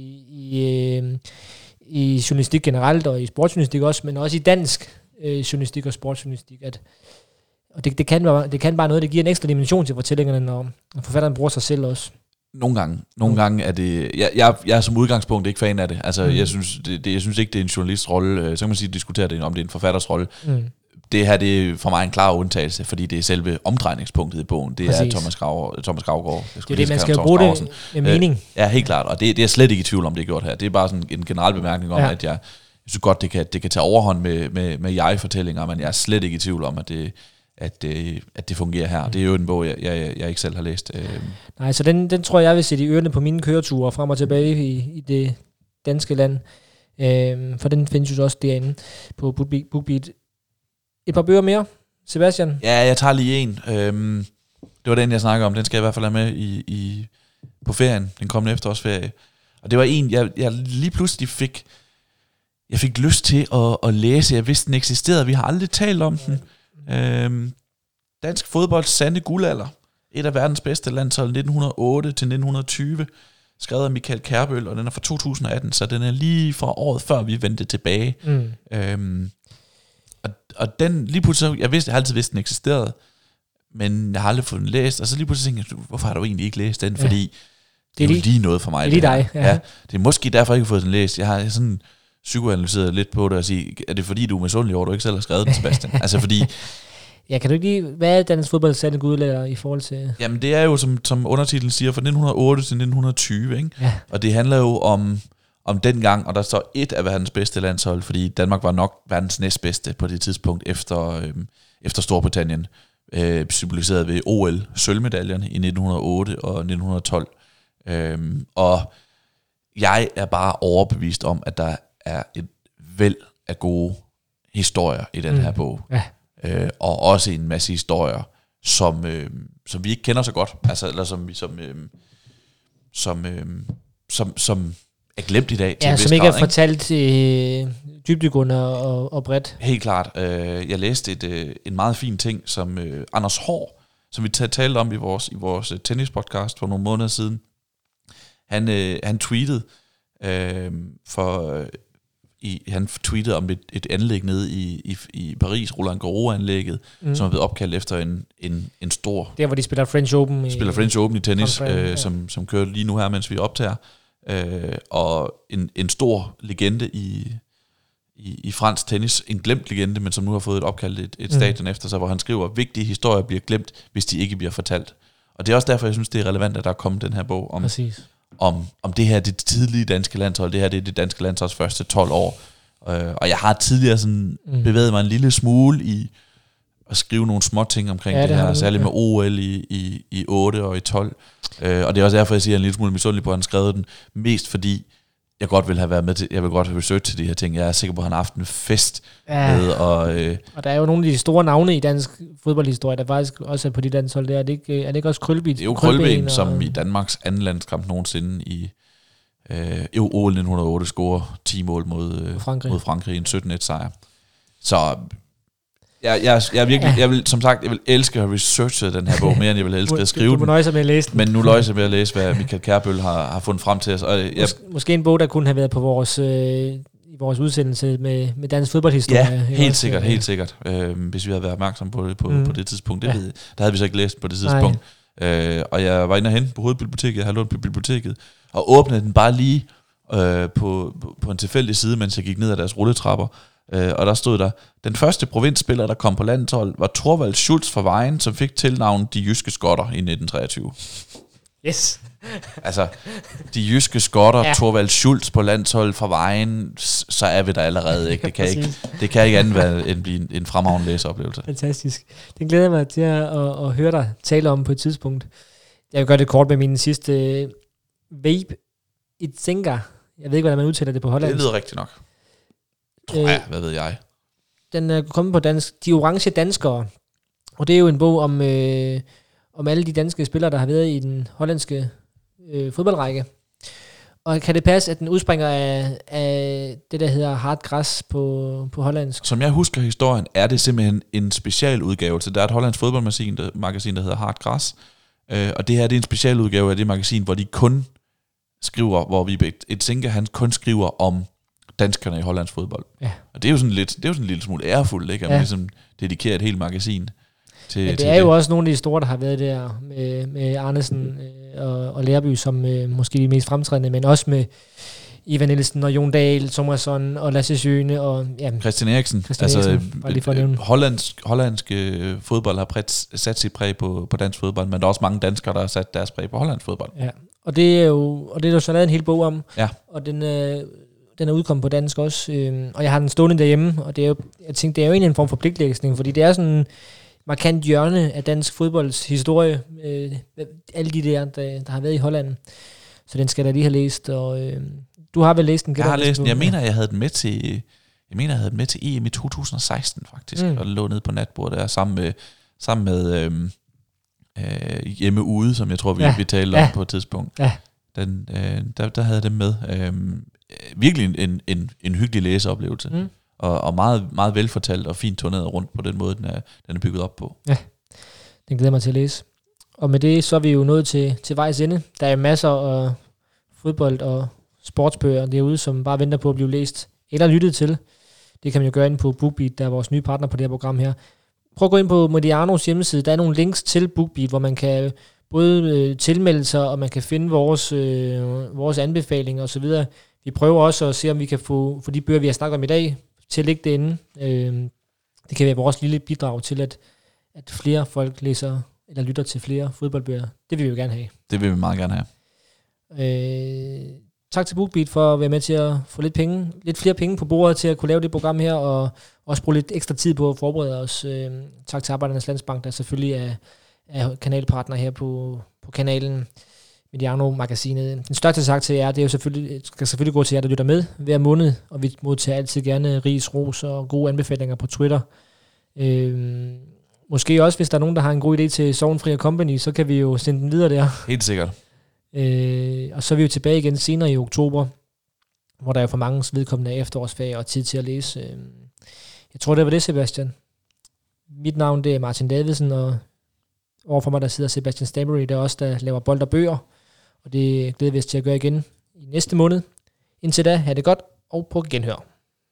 i journalistik generelt, og i sportsjournalistik også, men også i dansk journalistik og sportsjournalistik. Og det kan bare noget, det giver en ekstra dimension til fortællingerne, når forfatteren bruger sig selv også. Nogle gange er det... Jeg er som udgangspunkt ikke fan af det. Altså, jeg synes ikke, det er en journalists rolle. Så kan man sige, diskutere det, om det er en forfatters rolle. Det her, det er for mig en klar undtagelse, fordi det er selve omdrejningspunktet i bogen. Det er Thomas Gravgaard. Det er det, man skal bruge det med mening. Ja, helt klart. Og det er slet ikke i tvivl om, det er gjort her. Det er bare sådan en generel bemærkning om, at jeg synes godt, det kan tage overhånd med jeg-fortællinger, men jeg er slet ikke i tvivl om, at det fungerer her. Det er jo en bog, jeg ikke selv har læst. Nej, så den tror jeg vil sætte i ørerne på mine køreture frem og tilbage i det danske land. For den findes jo også derinde på BookBeat. Et par bøger mere, Sebastian? Ja, jeg tager lige en. Det var den, jeg snakker om. Den skal jeg i hvert fald have med på ferien, den kommende efterårsferie. Og det var en, jeg lige pludselig fik lyst til at læse. Jeg vidste, den eksisterede. Vi har aldrig talt om den. Dansk fodbolds sande guldalder. Et af verdens bedste landshold 1908 til 1920. Skrevet af Michael Kærbøl, og den er fra 2018, så den er lige fra året før vi vendte tilbage. Og den lige pludselig, jeg har altid vidst, den eksisterede, men jeg har aldrig fået den læst, og så lige pludselig tænkte jeg, hvorfor har du egentlig ikke læst den? Fordi det er jo lige noget for mig. Det er lige dig. Ja. Det er måske derfor, jeg ikke har fået den læst. Jeg har sådan psykoanalyseret lidt på det og sige, er det fordi, du er misundelig over, du ikke selv har skrevet den, Sebastian? Altså fordi... Ja, kan du ikke lige, hvad er dansk fodbold sande guldalder i forhold til... Jamen det er jo, som undertitlen siger, fra 1908 til 1920, ikke? Ja. Og det handler jo om den gang, og der står et af verdens bedste landshold, fordi Danmark var nok verdens næstbedste på det tidspunkt efter Storbritannien, symboliseret ved OL sølvmedaljerne i 1908 og 1912. Og jeg er bare overbevist om, at der er et væld af gode historier i den her bog. Ja. Og også en masse historier, som vi ikke kender så godt, altså, eller som er glemt i dag. Ja, som ikke er fortalt dybdegående og bredt. Helt klart. Jeg læste en meget fin ting, som Anders Haahr, som vi talte om i vores tennispodcast for nogle måneder siden. Han tweetede han tweetede om et anlæg nede i Paris, Roland Garros-anlægget, som er blevet opkaldt efter en stor... Der, hvor de spiller French Open. French Open i tennis, som kører lige nu her, mens vi optager. Og en stor legende i fransk tennis, en glemt legende, men som nu har fået et opkaldt et stadion efter sig, hvor han skriver, at vigtige historier bliver glemt, hvis de ikke bliver fortalt. Og det er også derfor, jeg synes, det er relevant, at der er kommet den her bog om det her, det tidlige danske landshold. Det her, det er det danske landsholds første 12 år. Og jeg har tidligere sådan bevæget mig en lille smule i at skrive nogle små ting omkring det her, særligt med OL i 8 og i 12. Og det er også derfor, jeg siger, en lille smule misundelig på, at han skrev den, mest fordi jeg godt vil have været med til, jeg vil godt have research til de her ting. Jeg er sikker på, at han har haft en fest med. Og der er jo nogle af de store navne i dansk fodboldhistorie, der faktisk også er på de landshold. Er det ikke også Krølby? Det er jo Krølben, som i Danmarks anden landskamp nogensinde i OL 1908 scorer 10 mål mod Frankrig i en 17-1 sejr. Så jeg virkelig, jeg vil elske at researche den her bog mere, end jeg vil elske at skrive den. Du må nøje sig med at læse den. Men nu nøjes jeg med at læse, hvad Michael Kærbøl har fundet frem til os. Måske en bog, der kunne have været på vores udsendelse med dansk fodboldhistorie. Ja, helt sikkert. Hvis vi havde været opmærksom på det på det tidspunkt. Der havde vi så ikke læst på det tidspunkt. Og jeg var inde og hente på Hovedbiblioteket, jeg har lånt på biblioteket, og åbnede den bare lige på en tilfældig side, mens jeg gik ned ad deres rulletrapper. Og der stod der, den første provinsspiller, der kom på landshold, var Thorvald Schultz fra Vejen, som fik tilnavnet De Jyske Skotter i 1923. Yes. Altså, De Jyske Skotter, Thorvald Schultz på landshold fra Vejen, så er vi der allerede, ikke? Det kan ikke andet være end blive en fremragende læseoplevelse. Fantastisk. Den glæder jeg mig til at høre dig tale om på et tidspunkt. Jeg vil gøre det kort med min sidste Vape Itzenga. Jeg ved ikke, hvordan man udtaler det på hollandsk. Det lyder rigtigt nok. Tror jeg, hvad ved jeg? Den er kommet på dansk. De orange danskere. Og det er jo en bog om alle de danske spillere, der har været i den hollandske fodboldrække. Og kan det passe, at den udspringer af det, der hedder Hartgras på hollandsk? Som jeg husker historien, er det simpelthen en specialudgave til. Der er et hollandsk fodboldmagasin, der hedder Hartgras. Og det her, det er en specialudgave af det magasin, hvor de kun skriver, hvor Vibeke Etzinga, han kun skriver om danskerne i hollandsk fodbold. Ja. Og det er jo sådan en lille smule ærefuldt, ikke? At man ligesom dedikerer et helt magasin til. Men det er jo også nogle af de store, der har været der med Arnesen og Lærby som måske de mest fremtrædende, men også med Ivan Nielsen og Jon Dahl, Thomasson og Lasse Schöne og Christian Eriksen. Hollandsk fodbold har sat sit præg på dansk fodbold, men der er også mange danskere, der har sat deres præg på hollandsk fodbold. Ja. Og det er jo så lavet en hel bog om. Ja. Og den er udkommet på dansk også. Og jeg har den stående derhjemme, og det er jo, jeg tænkte, det er jo egentlig en form for pligtlæsning, fordi det er sådan en markant hjørne af dansk fodbolds historie. Alle de der har været i Holland. Så den skal jeg da lige have læst, og du har vel læst den? Jeg har læst den. Jeg mener, jeg havde den med til EM i 2016 faktisk, og lå ned på natbordet der sammen med Hjemme Ude, som jeg tror, vi talte om på et tidspunkt. Ja. Der havde jeg dem med. Virkelig en hyggelig læseoplevelse. Og meget, meget velfortalt og fint turneret rundt på den måde, den er bygget op på. Ja, den glæder mig til at læse. Og med det, så er vi jo nået til vejs ende. Der er masser af fodbold og sportsbøger derude, som bare venter på at blive læst eller lyttet til. Det kan man jo gøre inde på BookBeat, der er vores nye partner på det her program her. Prøv at gå ind på Medianos hjemmeside. Der er nogle links til BookBeat, hvor man kan både tilmelde sig, og man kan finde vores anbefalinger osv. Vi prøver også at se, om vi kan få de bøger, vi har snakket om i dag, til at ligge derinde. Det kan være vores lille bidrag til, at flere folk læser eller lytter til flere fodboldbøger. Det vil vi jo gerne have. Det vil vi meget gerne have. Tak til BookBeat for at være med til at få lidt flere penge på bordet til at kunne lave det program her, og også bruge lidt ekstra tid på at forberede os. Tak til Arbejdernes Landsbank, der selvfølgelig er kanalpartner her på kanalen Mediano-magasinet. Den største tak til jer, det er jo skal selvfølgelig gå til jer, der lytter med hver måned, og vi modtager altid gerne ris, ros og gode anbefalinger på Twitter. Måske også, hvis der er nogen, der har en god idé til Sorgenfri & Company, så kan vi jo sende den videre der. Helt sikkert. Og så er vi jo tilbage igen senere i oktober, hvor der er for mange vedkommende efterårsferie og tid til at læse. Jeg tror, det var det, Sebastian. Mit navn, det er Martin Davidsen, og overfor mig, der sidder Sebastian Stambury, der er også der laver bold og bøger, og det glæder vi os til at gøre igen i næste måned. Indtil da, have det godt, og på genhør.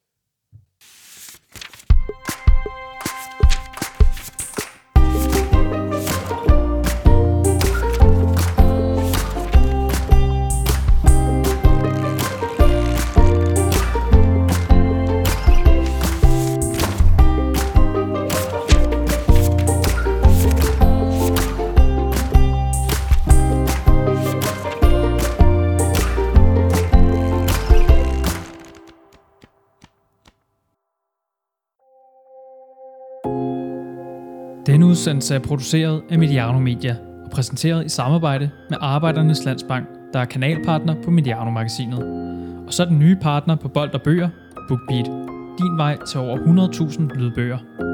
Denne udsendelse er produceret af Mediano Media og præsenteret i samarbejde med Arbejdernes Landsbank, der er kanalpartner på Mediano-magasinet. Og så den nye partner på bold og bøger, BookBeat. Din vej til over 100.000 lydbøger.